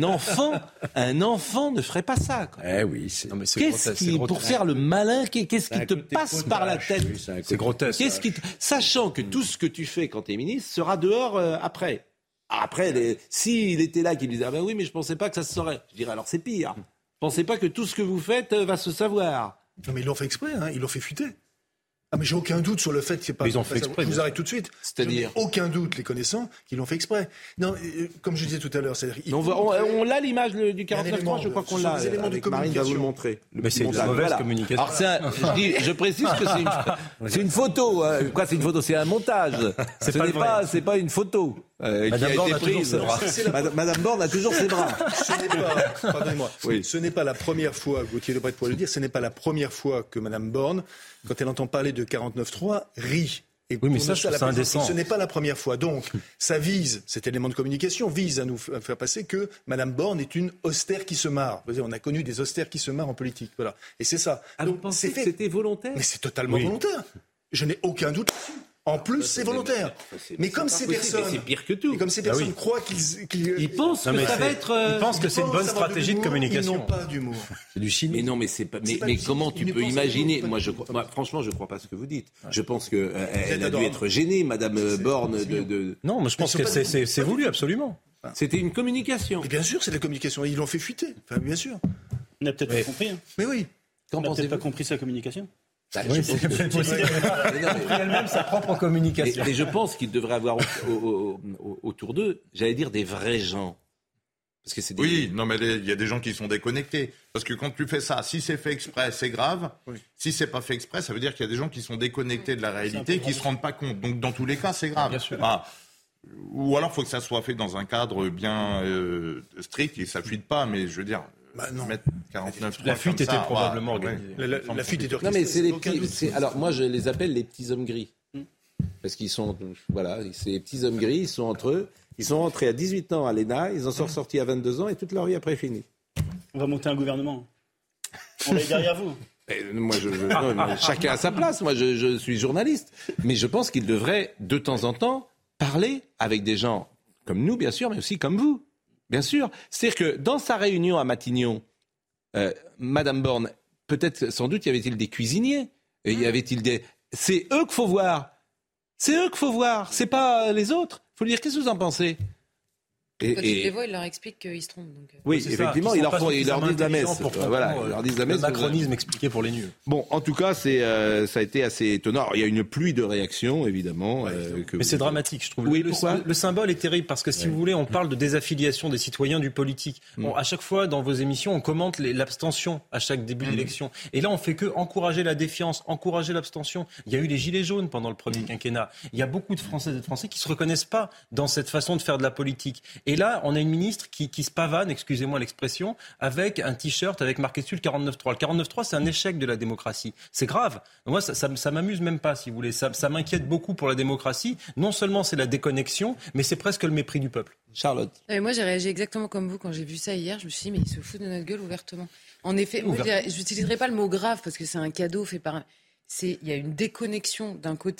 enfant ne ferait pas ça. Quoi. Oui, pour faire le malin, qu'est-ce qui te passe par la tête ? C'est grotesque. Sachant que tout ce que tu fais quand tu es ministre sera dehors après. Après, s'il était là, qu'il disait ah ben oui, mais je pensais pas que ça se saurait. Je dirais alors c'est pire. Je pensais pas que tout ce que vous faites va se savoir. Non mais ils l'ont fait exprès, ils l'ont fait fuiter. Ah mais j'ai aucun doute sur le fait que c'est pas. Mais ils ont fait exprès. Je vous arrête tout de suite. C'est-à-dire aucun doute, les connaissants, qu'ils l'ont fait exprès. Non, comme je disais tout à l'heure, c'est-à-dire. On l'a l'image du 49.3, je crois qu'on l'a. Marine va vous le montrer. Mais c'est une mauvaise communication. Alors je précise que c'est une photo. Quoi, c'est une photo, c'est un montage. C'est pas une photo. Madame Borne a toujours ses bras. Madame Borne a toujours ses bras. Pardonnez-moi. Oui. Ce n'est pas la première fois, Gauthier Lebret pourrait le dire, ce n'est pas la première fois que Madame Borne, quand elle entend parler de 49.3, rit. Oui, mais ça, c'est indécent. Ce n'est pas la première fois. Donc, ça vise, cet élément de communication vise à nous faire passer que Madame Borne est une austère qui se marre. On a connu des austères qui se marrent en politique. Voilà. Et c'est ça. Donc, vous pensez que c'était volontaire ? Mais c'est totalement volontaire. Je n'ai aucun doute. En plus, c'est volontaire. Mais comme ces personnes, c'est pire que tout. Et comme ces personnes croient qu'ils pensent que ça va être. Ils pensent que c'est une bonne stratégie de communication. Ils n'ont pas d'humour. C'est du cynisme. Mais non, mais c'est pas. Mais comment tu peux imaginer ? Moi, franchement, je crois pas ce que vous dites. Je pense que elle a dû être gênée, Madame Borne, de. Non, mais je pense que c'est voulu, absolument. C'était une communication. Et bien sûr, c'est de la communication. Ils l'ont fait fuiter. Enfin, bien sûr. On n'a peut-être pas compris. Mais oui. On n'a peut-être pas compris sa communication. Oui, c'est possible. Elle-même sa propre communication. Et je pense qu'il devrait avoir autour d'eux, j'allais dire, des vrais gens. Parce que c'est Oui, non, mais il y a des gens qui sont déconnectés. Parce que quand tu fais ça, si c'est fait exprès, c'est grave. Oui. Si c'est pas fait exprès, ça veut dire qu'il y a des gens qui sont déconnectés de la réalité et qui se rendent pas compte. Donc, dans tous les cas, c'est grave. Bien sûr. Ou alors, il faut que ça soit fait dans un cadre bien strict et ça fuite pas. Mais je veux dire. Mettre 49, la fuite était probablement organisée. La fuite était organisée. Non, mais c'est les petits. Alors, moi, je les appelle les petits hommes gris. Parce qu'ils sont. Voilà, ces petits hommes gris, ils sont entre eux. Ils sont rentrés à 18 ans à l'ENA, ils en sont sortis à 22 ans et toute leur vie après est finie. On va monter un gouvernement. On est derrière vous. Moi, chacun à sa place. Moi, je suis journaliste. Mais je pense qu'ils devraient, de temps en temps, parler avec des gens comme nous, bien sûr, mais aussi comme vous. Bien sûr. C'est-à-dire que dans sa réunion à Matignon, Madame Borne, peut-être, sans doute, y avait-il des cuisiniers. Y avait-il des... C'est eux qu'il faut voir. C'est eux qu'il faut voir. C'est pas les autres. Il faut lui dire, qu'est-ce que vous en pensez ? Quand ils les voient, ils leur expliquent qu'ils se trompent. Donc... Oui, effectivement, ils leur disent la messe. Voilà, ils leur disent la messe. Le macronisme expliqué pour les nuls. Bon, en tout cas, ça a été assez étonnant. Alors, il y a une pluie de réactions, évidemment. Mais c'est dramatique, je trouve. Oui, pourquoi ? Le symbole est terrible parce que, si vous voulez, on parle de désaffiliation des citoyens du politique. Bon, à chaque fois, dans vos émissions, on commente l'abstention à chaque début d'élection. Et là, on fait que encourager la défiance, encourager l'abstention. Il y a eu les gilets jaunes pendant le premier quinquennat. Il y a beaucoup de Françaises et de Français qui se reconnaissent pas dans cette façon de faire de la politique. Et là, on a une ministre qui se pavane, excusez-moi l'expression, avec un t-shirt avec marqué dessus le 49.3. Le 49.3, c'est un échec de la démocratie. C'est grave. Moi, ça m'amuse même pas, si vous voulez. Ça m'inquiète beaucoup pour la démocratie. Non seulement c'est la déconnexion, mais c'est presque le mépris du peuple. Charlotte. Moi, j'ai réagi exactement comme vous quand j'ai vu ça hier. Je me suis dit, mais ils se foutent de notre gueule ouvertement. En effet, moi, je n'utiliserai pas le mot grave parce que c'est un cadeau fait par... Il y a une déconnexion d'un côté.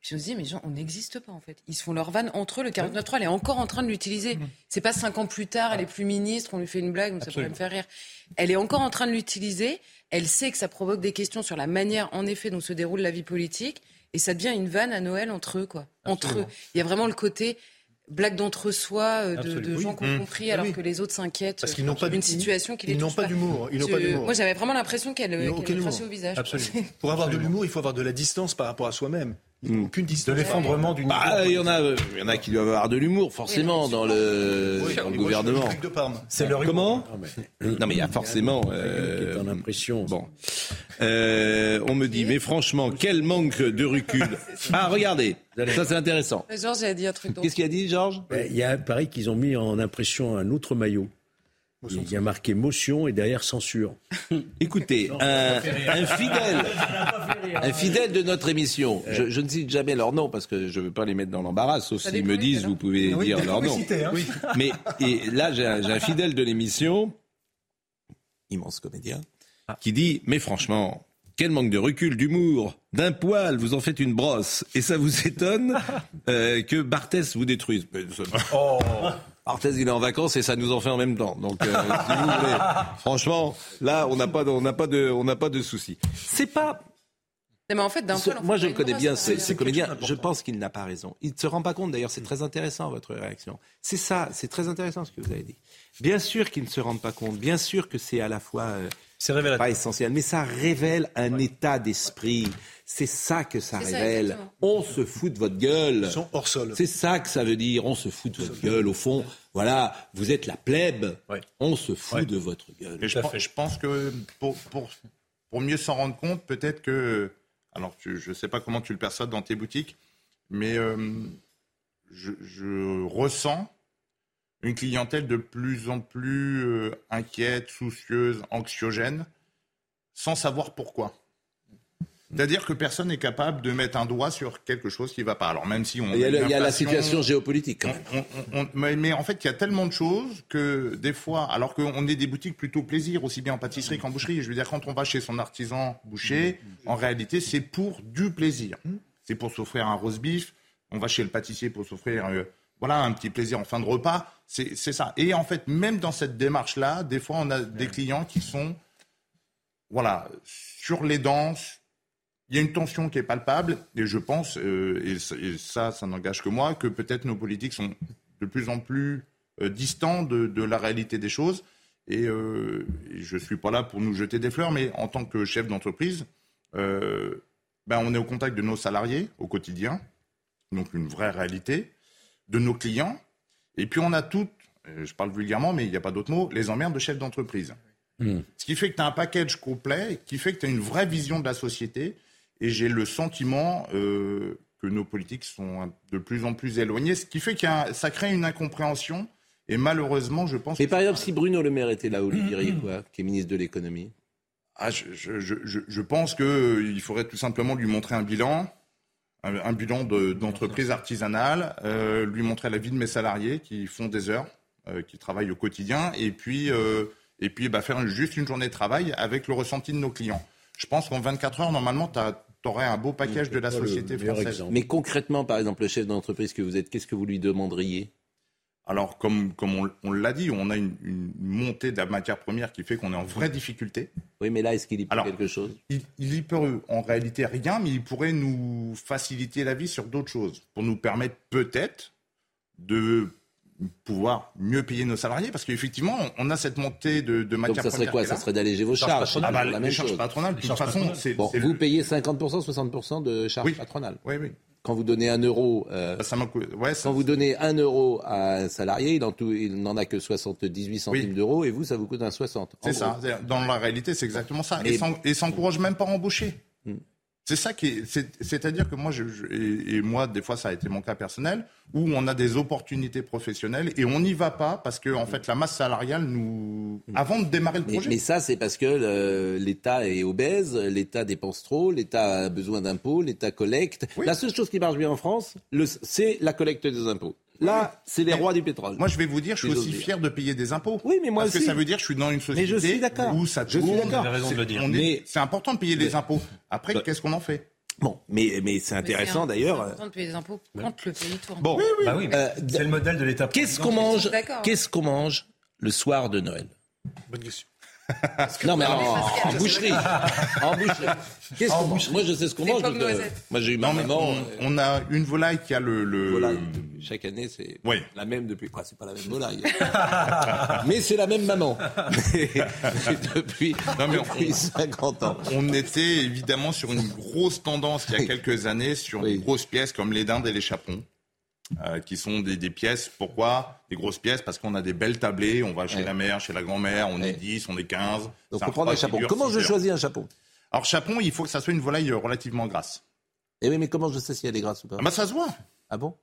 Puis on se dit, mais on n'existe pas en fait. Ils se font leur vanne entre eux. Le 49.3, elle est encore en train de l'utiliser. C'est pas 5 ans plus tard, elle est plus ministre, on lui fait une blague, donc ça pourrait me faire rire. Elle est encore en train de l'utiliser. Elle sait que ça provoque des questions sur la manière, en effet, dont se déroule la vie politique. Et ça devient une vanne à Noël entre eux, quoi. Entre eux. Il y a vraiment le côté blague d'entre-soi de gens qui ont compris alors que les autres s'inquiètent. Parce qu'ils n'ont pas d'une situation qui les touche Ils n'ont pas d'humour. Moi, j'avais vraiment l'impression qu'elle est tracée au visage. Absolument. Pour avoir de l'humour, il faut avoir de la distance par rapport à soi-même. Aucune distance. De l'effondrement d'une... il y en a qui doivent avoir de l'humour, forcément, dans le gouvernement. C'est leur Comment Non, mais il y a forcément... qui est en impression. Bon. On me dit, mais franchement, quel manque de recul. Ah, regardez, ça c'est intéressant. Georges a dit un truc. Qu'est-ce qu'il a dit, Georges? Il y a, pareil qu'ils ont mis en impression un autre maillot. Il y a marqué motion et derrière censure. Écoutez, un fidèle de notre émission, je ne cite jamais leur nom parce que je ne veux pas les mettre dans l'embarras, sauf s'ils me disent, vous pouvez dire leur nom. Mais là, j'ai un fidèle de l'émission, immense comédien, qui dit, mais franchement, quel manque de recul, d'humour, d'un poil, vous en faites une brosse. Et ça vous étonne que Barthès vous détruise. Barthès, il est en vacances et ça nous en fait en même temps. Donc, si vous voulez, franchement, là, on n'a pas de soucis. C'est pas... Mais en fait, d'un poil, moi, je le connais bien, ces comédiens. Je pense qu'il n'a pas raison. Il ne se rend pas compte, d'ailleurs, c'est très intéressant, votre réaction. C'est ça, c'est très intéressant ce que vous avez dit. Bien sûr qu'ils ne se rendent pas compte. Bien sûr que c'est à la fois... c'est révélateur. Pas essentiel, mais ça révèle un état d'esprit. C'est ça que ça révèle. Exactement. On se fout de votre gueule. Ils sont hors sol. C'est ça que ça veut dire. On se fout de votre gueule. Au fond, voilà, vous êtes la plèbe. Ouais. On se fout de votre gueule. Et je pense que pour mieux s'en rendre compte, peut-être que... Alors, je ne sais pas comment tu le perçois dans tes boutiques, mais je ressens une clientèle de plus en plus inquiète, soucieuse, anxiogène, sans savoir pourquoi. C'est-à-dire que personne n'est capable de mettre un doigt sur quelque chose qui ne va pas. Alors même si il y a la situation géopolitique. Quand même. Mais en fait, il y a tellement de choses que des fois, alors qu'on est des boutiques plutôt plaisir, aussi bien en pâtisserie qu'en boucherie. Je veux dire, quand on va chez son artisan boucher, en réalité, c'est pour du plaisir. C'est pour s'offrir un roast beef. On va chez le pâtissier pour s'offrir un petit plaisir en fin de repas. C'est ça. Et en fait, même dans cette démarche-là, des fois, on a des clients qui sont sur les dents. Il y a une tension qui est palpable et je pense, et ça n'engage que moi, que peut-être nos politiques sont de plus en plus distants de la réalité des choses. Et je ne suis pas là pour nous jeter des fleurs, mais en tant que chef d'entreprise, on est au contact de nos salariés au quotidien, donc une vraie réalité, de nos clients. Et puis on a toutes, je parle vulgairement, mais il n'y a pas d'autre mot, les emmerdes de chef d'entreprise. Ce qui fait que tu as un package complet, qui fait que tu as une vraie vision de la société. Et j'ai le sentiment que nos politiques sont de plus en plus éloignées, ce qui fait que ça crée une incompréhension. Et malheureusement, je pense... Et par exemple, si Bruno Le Maire était là, vous lui diriez quoi, qui est ministre de l'économie? Je pense qu'il faudrait tout simplement lui montrer un bilan d'entreprise artisanale, lui montrer la vie de mes salariés qui font des heures, qui travaillent au quotidien, et puis faire juste une journée de travail avec le ressenti de nos clients. Je pense qu'en 24 heures, normalement, tu aurais un beau package de la société française. Mais concrètement, par exemple, le chef d'entreprise que vous êtes, qu'est-ce que vous lui demanderiez? Alors, comme on l'a dit, on a une montée de la matière première qui fait qu'on est en vraie difficulté. Oui, mais là, est-ce qu'il y peut quelque chose? Il y peut en réalité rien, mais il pourrait nous faciliter la vie sur d'autres choses, pour nous permettre peut-être de pouvoir mieux payer nos salariés, parce qu'effectivement, on a cette montée de matières premières. Donc ça serait quoi? Ça serait d'alléger vos charges. Les charges patronales, de toute façon, vous payez 50%, 60% de charges patronales. Oui. Quand vous donnez 1 euro, quand vous donnez 1 euro à un salarié, il n'en a que 78 centimes d'euros, et vous, ça vous coûte un 60. C'est ça. Dans la réalité, c'est exactement ça. Et ça n'encourage même pas à embaucher. C'est ça c'est-à-dire que moi, des fois, ça a été mon cas personnel, où on a des opportunités professionnelles et on n'y va pas parce que, en fait, la masse salariale avant de démarrer le projet. Mais ça, c'est parce que l'État est obèse, l'État dépense trop, l'État a besoin d'impôts, l'État collecte. Oui. La seule chose qui marche bien en France, c'est la collecte des impôts. Là, c'est les rois du pétrole. Moi, je vais vous dire, je suis aussi fier de payer des impôts. Oui, mais moi aussi. Parce que ça veut dire que je suis dans une société où ça tourne. Je suis d'accord. C'est important de payer les impôts. Après, qu'est-ce qu'on en fait? Bon, mais c'est intéressant d'ailleurs. C'est important de payer des impôts quand le pays tourne. Bon, c'est le modèle de l'État. Qu'est-ce qu'on mange le soir de Noël? Bonne question. Non, mais en boucherie. En boucherie. Qu'est-ce qu'on mange? Moi, je sais ce qu'on mange. Moi, j'ai eu ma maman. On a une volaille qui a le... Volaille. Chaque année, c'est la même depuis... Quoi, c'est pas la même volaille. Mais c'est la même maman. depuis 50 ans. On était évidemment sur une grosse tendance il y a quelques années sur des grosses pièces comme les dindes et les chapons. Qui sont des pièces, pourquoi des grosses pièces? Parce qu'on a des belles tablées, on va chez la mère, chez la grand-mère, on est 10, on est 15. Donc on prend des chapons. Comment je choisis un chapon? Alors chapon, il faut que ça soit une volaille relativement grasse. Eh oui, mais comment je sais si elle est grasse ou pas? Ça se voit. Ah bon?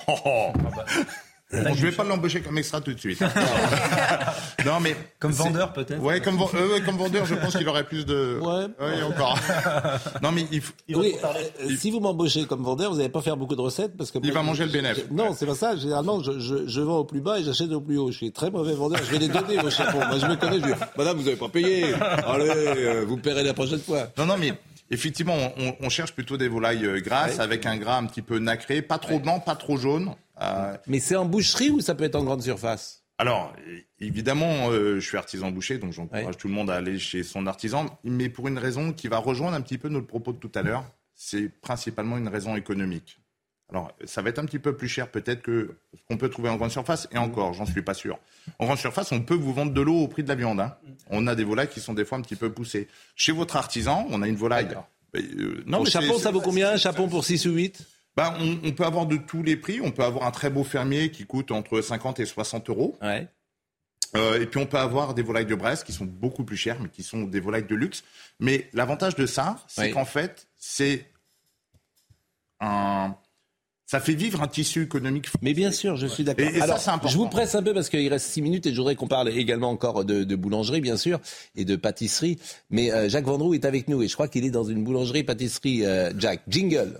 Je ne vais pas l'embaucher comme extra tout de suite. Non, mais comme vendeur peut-être. Ouais, comme vendeur, je pense qu'il aurait plus de. Ouais, encore. Non, mais si vous m'embauchez comme vendeur, vous n'allez pas faire beaucoup de recettes parce que il va manger le bénéfice. Non, c'est pas ça. Généralement, je vends au plus bas et j'achète au plus haut. Je suis très mauvais vendeur. Je vais les donner vos chapons. Moi, je me connais. Je dis, madame, vous n'avez pas payé. Allez, vous paierez la prochaine fois. Non, mais. Effectivement, on cherche plutôt des volailles grasses avec un gras un petit peu nacré, pas trop blanc, pas trop jaune. Mais c'est en boucherie ou ça peut être en grande surface? Alors, évidemment, je suis artisan boucher, donc j'encourage tout le monde à aller chez son artisan, mais pour une raison qui va rejoindre un petit peu notre propos de tout à l'heure, c'est principalement une raison économique. Alors, ça va être un petit peu plus cher peut-être que ce qu'on peut trouver en grande surface, et encore, j'en suis pas sûr. En grande surface, on peut vous vendre de l'eau au prix de la viande. On a des volailles qui sont des fois un petit peu poussées. Chez votre artisan, on a une volaille... Au chapon, ça vaut combien un chapon pour 6 ou 8? On peut avoir de tous les prix. On peut avoir un très beau fermier qui coûte entre 50 et 60 euros. Et puis on peut avoir des volailles de Brest qui sont beaucoup plus chères, mais qui sont des volailles de luxe. Mais l'avantage de ça, c'est qu'en fait, ça fait vivre un tissu économique. Mais bien sûr, je suis d'accord. Alors, ça, c'est important. Je vous presse un peu parce qu'il reste 6 minutes et je voudrais qu'on parle également encore de boulangerie, bien sûr, et de pâtisserie. Mais Jacques Vendroux est avec nous et je crois qu'il est dans une boulangerie-pâtisserie. Jack, jingle.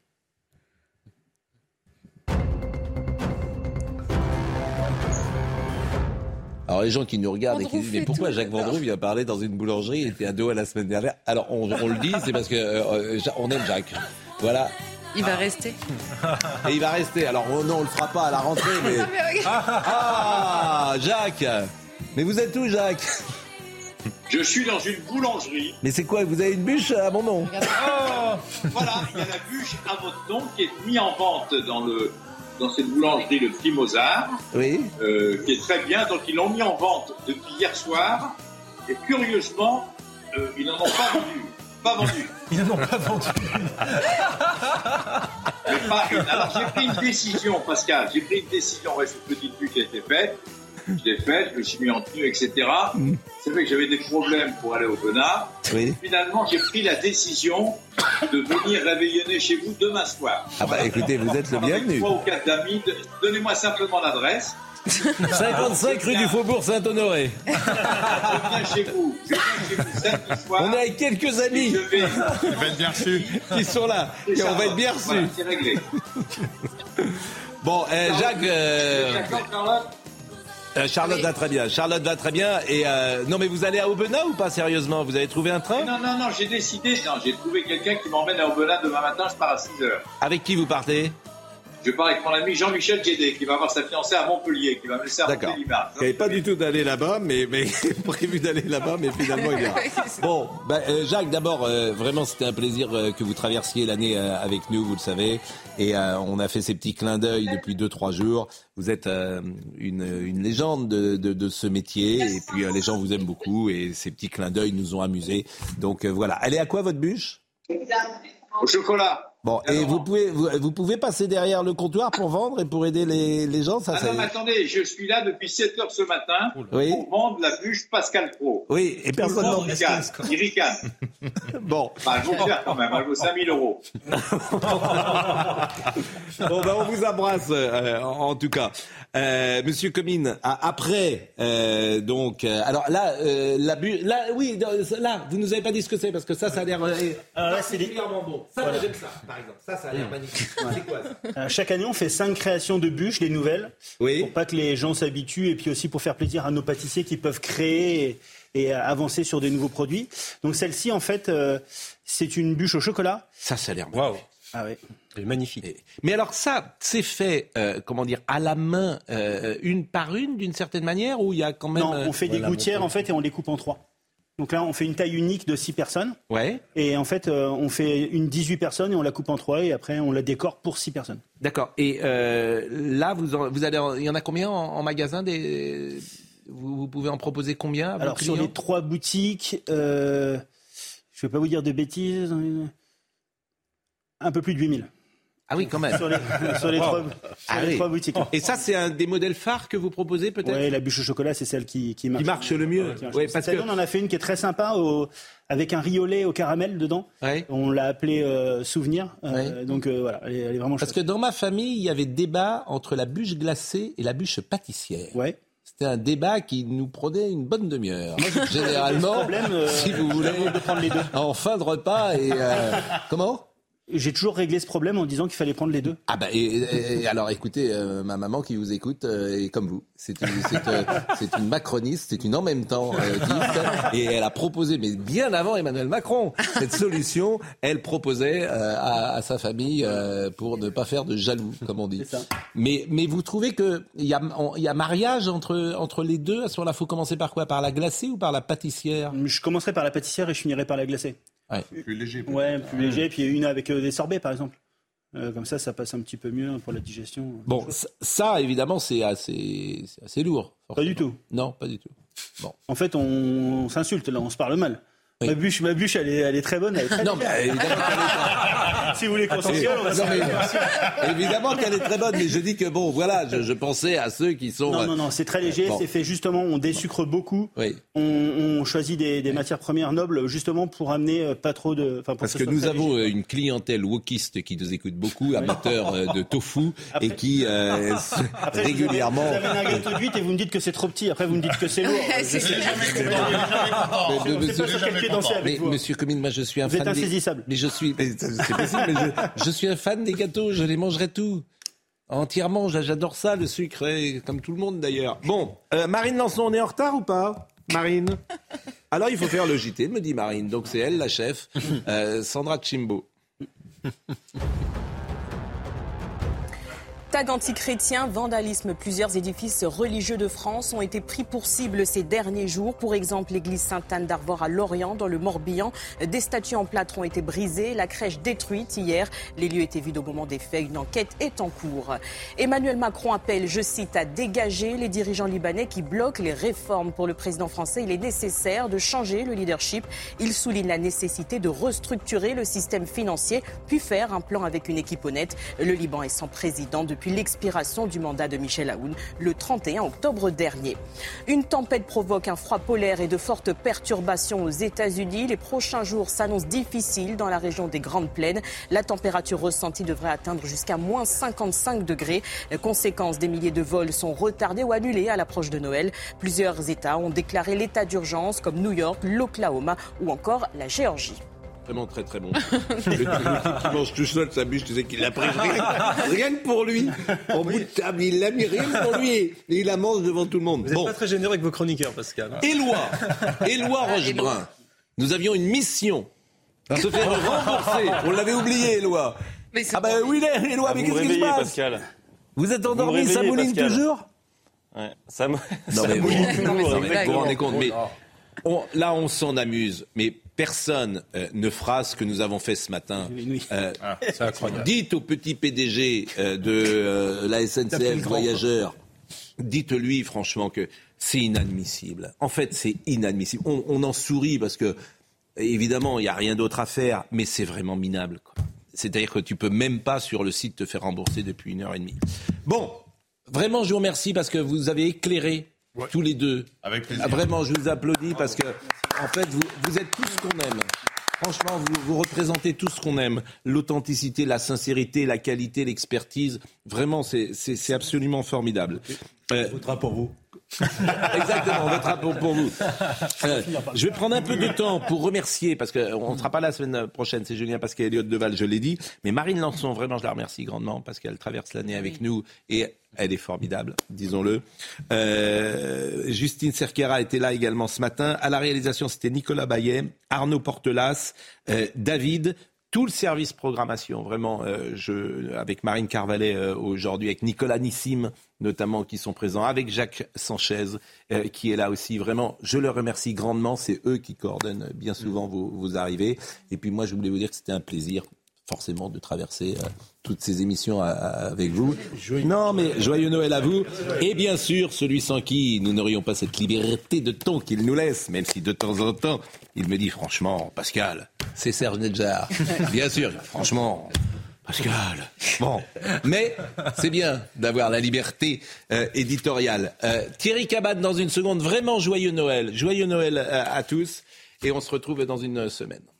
Alors les gens qui nous regardent et qui disent mais pourquoi Jacques Vendroux vient parler dans une boulangerie? Il était à Doha la semaine dernière. Alors on le dit, c'est parce que on aime Jacques. Voilà. Il va rester. Et il va rester. Alors non, on le fera pas à la rentrée, mais... Jacques. Mais vous êtes où, Jacques? Je suis dans une boulangerie. Mais c'est quoi? Vous avez une bûche à mon nom? Voilà, il y a la bûche à votre nom qui est mise en vente dans cette boulangerie, le Petit Mozart. Oui. Qui est très bien. Donc ils l'ont mis en vente depuis hier soir. Et curieusement, ils n'en ont pas vendu. Ils n'en ont pas vendu. Alors j'ai pris une décision, Pascal. J'ai pris une décision. Cette petite bûche a été faite. Je l'ai faite, je me suis mis en tenue, etc. C'est vrai que j'avais des problèmes pour aller au Benard. Oui. Finalement, j'ai pris la décision de venir réveillonner chez vous demain soir. Écoutez, vous êtes le bienvenu. 3 ou 4 d'amis, donnez-moi simplement l'adresse. 55 rue du Faubourg Saint-Honoré. Je viens chez vous samedi soir. On est avec quelques amis. Il va être bien reçu. Qui sont là. Et on va être bien reçus. Voilà, c'est réglé. Bon, Jacques... Charlotte va très bien. Charlotte va très bien. Et non, mais vous allez à Aubenas ou pas, sérieusement? Vous avez trouvé un train? Non, j'ai décidé. J'ai trouvé quelqu'un qui m'emmène à Aubenas demain matin. Je pars à 6h. Avec qui vous partez? Je pars avec mon ami Jean-Michel Guédé, qui va avoir sa fiancée à Montpellier, qui va me laisser à Montpellier. Il n'avait pas du tout d'aller là-bas, mais prévu d'aller là-bas, mais finalement il ira. Bon, Jacques, d'abord, vraiment c'était un plaisir que vous traversiez l'année avec nous, vous le savez, et on a fait ces petits clins d'œil depuis 2-3 jours. Vous êtes une légende de ce métier, et puis les gens vous aiment beaucoup, et ces petits clins d'œil nous ont amusés. Donc voilà. Elle est à quoi votre bûche? Au chocolat. Bon, et vous pouvez passer derrière le comptoir pour vendre et pour aider les gens, ça. Non, mais attendez, je suis là depuis 7h ce matin pour vendre la bûche Pascal Pro. Oui, et personne n'en il ricane. Bon. Elle vaut cher quand même, elle vaut 5 000 euros. Bon, on vous embrasse, en tout cas. Monsieur Comines, après, donc, alors là, là, vous nous avez pas dit ce que c'est, parce que ça a l'air c'est particulièrement bon. Ça, j'aime ça. par exemple. Ça a l'air magnifique. C'est quoi ça? Chaque année, on fait 5 créations de bûches, des nouvelles, pour pas que les gens s'habituent et puis aussi pour faire plaisir à nos pâtissiers qui peuvent créer et avancer sur des nouveaux produits. Donc celle-ci, en fait, c'est une bûche au chocolat. Ça a l'air magnifique. Wow. Ah oui. C'est magnifique. Mais alors ça, c'est fait, à la main, une par une, d'une certaine manière, ou il y a quand même... Non, on fait des gouttières, en fait, et on les coupe en 3. Donc là, on fait une taille unique de 6 personnes. Ouais. Et en fait, on fait une 18 personnes et on la coupe en 3 et après, on la décore pour 6 personnes. D'accord. Et là, vous allez, il y en a combien en magasin vous pouvez en proposer combien à vos clients ? Sur les 3 boutiques, je ne vais pas vous dire de bêtises, un peu plus de 8000. Ah oui, quand même. Sur les 3 boutiques. Et ça, c'est un des modèles phares que vous proposez peut-être ? Oui, la bûche au chocolat, c'est celle qui marche. Qui marche le mieux. Ouais, parce que on en a fait une qui est très sympa, avec un riolet au caramel dedans. Ouais. On l'a appelé Souvenir. Donc voilà, elle est vraiment chouette. Parce que dans ma famille, il y avait débat entre la bûche glacée et la bûche pâtissière. Ouais. C'était un débat qui nous prenait une bonne demi-heure. Généralement, si vous voulez, de prendre les deux. En fin de repas et... Comment ? J'ai toujours réglé ce problème en disant qu'il fallait prendre les deux. Ah bah et alors écoutez, ma maman qui vous écoute est comme vous. C'est une macroniste, c'est une en même temps et elle a proposé, mais bien avant Emmanuel Macron, cette solution. Elle proposait à sa famille pour ne pas faire de jaloux, comme on dit. C'est ça. Mais vous trouvez que il y a mariage entre les deux? À ce moment-là, faut commencer par quoi? Par la glacée ou par la pâtissière? Je commencerai par la pâtissière et je finirai par la glacée. Ouais. Plus léger. Ouais, plus léger. Puis une avec des sorbets, par exemple. Comme ça passe un petit peu mieux pour la digestion. Bon, ça, évidemment, c'est assez lourd. Forcément. Pas du tout. Non, pas du tout. Bon. En fait, on s'insulte, là, on se parle mal. Oui. Ma bûche, elle est très bonne. Elle est très non, mais évidemment si vous voulez qu'on s'en évidemment qu'elle est très bonne, mais je dis que bon, voilà, je pensais à ceux qui sont... Non, c'est très léger, c'est fait justement, on désucre beaucoup, on choisit des matières premières nobles, justement pour amener pas trop de... Parce que nous avons une clientèle wokiste qui nous écoute beaucoup, amateur de tofu, après, et qui après, régulièrement... Vous avez un gâteau de 8 et vous me dites que c'est trop petit, après vous me dites que c'est lourd. Mais monsieur Comines, moi je suis un fan. Vous êtes insaisissable. Mais je suis... C'est possible, mais je suis un fan des gâteaux, je les mangerai tous. Entièrement, j'adore ça, le sucre, comme tout le monde d'ailleurs. Bon, Marine Lançon, on est en retard ou pas, Marine? Alors il faut faire le JT, me dit Marine. Donc c'est elle la chef, Sandra Chimbo. Tag anti-chrétien, vandalisme. Plusieurs édifices religieux de France ont été pris pour cible ces derniers jours. Pour exemple, l'église Sainte-Anne d'Arvor à Lorient, dans le Morbihan. Des statues en plâtre ont été brisées, la crèche détruite hier. Les lieux étaient vides au moment des faits. Une enquête est en cours. Emmanuel Macron appelle, je cite, à dégager les dirigeants libanais qui bloquent les réformes. Pour le président français, il est nécessaire de changer le leadership. Il souligne la nécessité de restructurer le système financier, puis faire un plan avec une équipe honnête. Le Liban est sans président depuis l'expiration du mandat de Michel Aoun le 31 octobre dernier. Une tempête provoque un froid polaire et de fortes perturbations aux États-Unis. Les prochains jours s'annoncent difficiles dans la région des Grandes Plaines. La température ressentie devrait atteindre jusqu'à moins 55 degrés. Conséquence, des milliers de vols sont retardés ou annulés à l'approche de Noël. Plusieurs États ont déclaré l'état d'urgence comme New York, l'Oklahoma ou encore la Géorgie. Vraiment très très bon. Le type qui mange tout seul sa bûche, tu sais qu'il l'a pris rien que pour lui. En bout de table, il l'a mis rien que pour lui. Et il la mange devant tout le monde. Vous n'êtes pas très généreux avec vos chroniqueurs, Pascal. Éloi Rochebrun. Nous avions une mission. Se faire rembourser. On l'avait oublié, Éloi. Ah ben oui, Éloi, mais qu'est-ce qui se passe, Pascal? Vous êtes endormi, ça mouline toujours? Ouais, ça mouline toujours. Vous vous rendez compte, mais là, on s'en amuse. Mais personne ne fera ce que nous avons fait ce matin. C'est incroyable. Dites au petit PDG de la SNCF Voyageurs, dites-lui franchement que c'est inadmissible. En fait, c'est inadmissible. On en sourit parce que, évidemment, il n'y a rien d'autre à faire, mais c'est vraiment minable, quoi. C'est-à-dire que tu peux même pas sur le site te faire rembourser depuis 1h30. Bon, vraiment, je vous remercie parce que vous avez éclairé tous les deux. Avec plaisir. Vraiment, je vous applaudis parce que, en fait, vous êtes tout ce qu'on aime. Franchement, vous représentez tout ce qu'on aime. L'authenticité, la sincérité, la qualité, l'expertise. Vraiment, c'est absolument formidable. Votera pour vous. Exactement, on votera pour vous. Je vais prendre un peu de temps pour remercier, parce qu'on ne sera pas la semaine prochaine, c'est Julien Pascal et Elliott Deval, je l'ai dit, mais Marine Lançon, vraiment, je la remercie grandement, parce qu'elle traverse l'année avec nous, et elle est formidable, disons-le. Justine Cerquera était là également ce matin. À la réalisation, c'était Nicolas Bayet, Arnaud Portelas, David, tout le service programmation, vraiment, avec Marine Carvalet aujourd'hui, avec Nicolas Nissim notamment, qui sont présents, avec Jacques Sanchez, qui est là aussi. Vraiment, je le remercie grandement. C'est eux qui coordonnent bien souvent vos arrivées. Et puis moi, je voulais vous dire que c'était un plaisir, forcément, de traverser toutes ces émissions avec vous. Non, mais joyeux Noël à vous. Et bien sûr, celui sans qui nous n'aurions pas cette liberté de ton qu'il nous laisse, même si de temps en temps, il me dit franchement, Pascal, c'est Serge Nedjar. Bien sûr, franchement, Pascal. Bon, mais c'est bien d'avoir la liberté éditoriale. Thierry Cabane dans une seconde. Vraiment joyeux Noël. Joyeux Noël à tous. Et on se retrouve dans une semaine.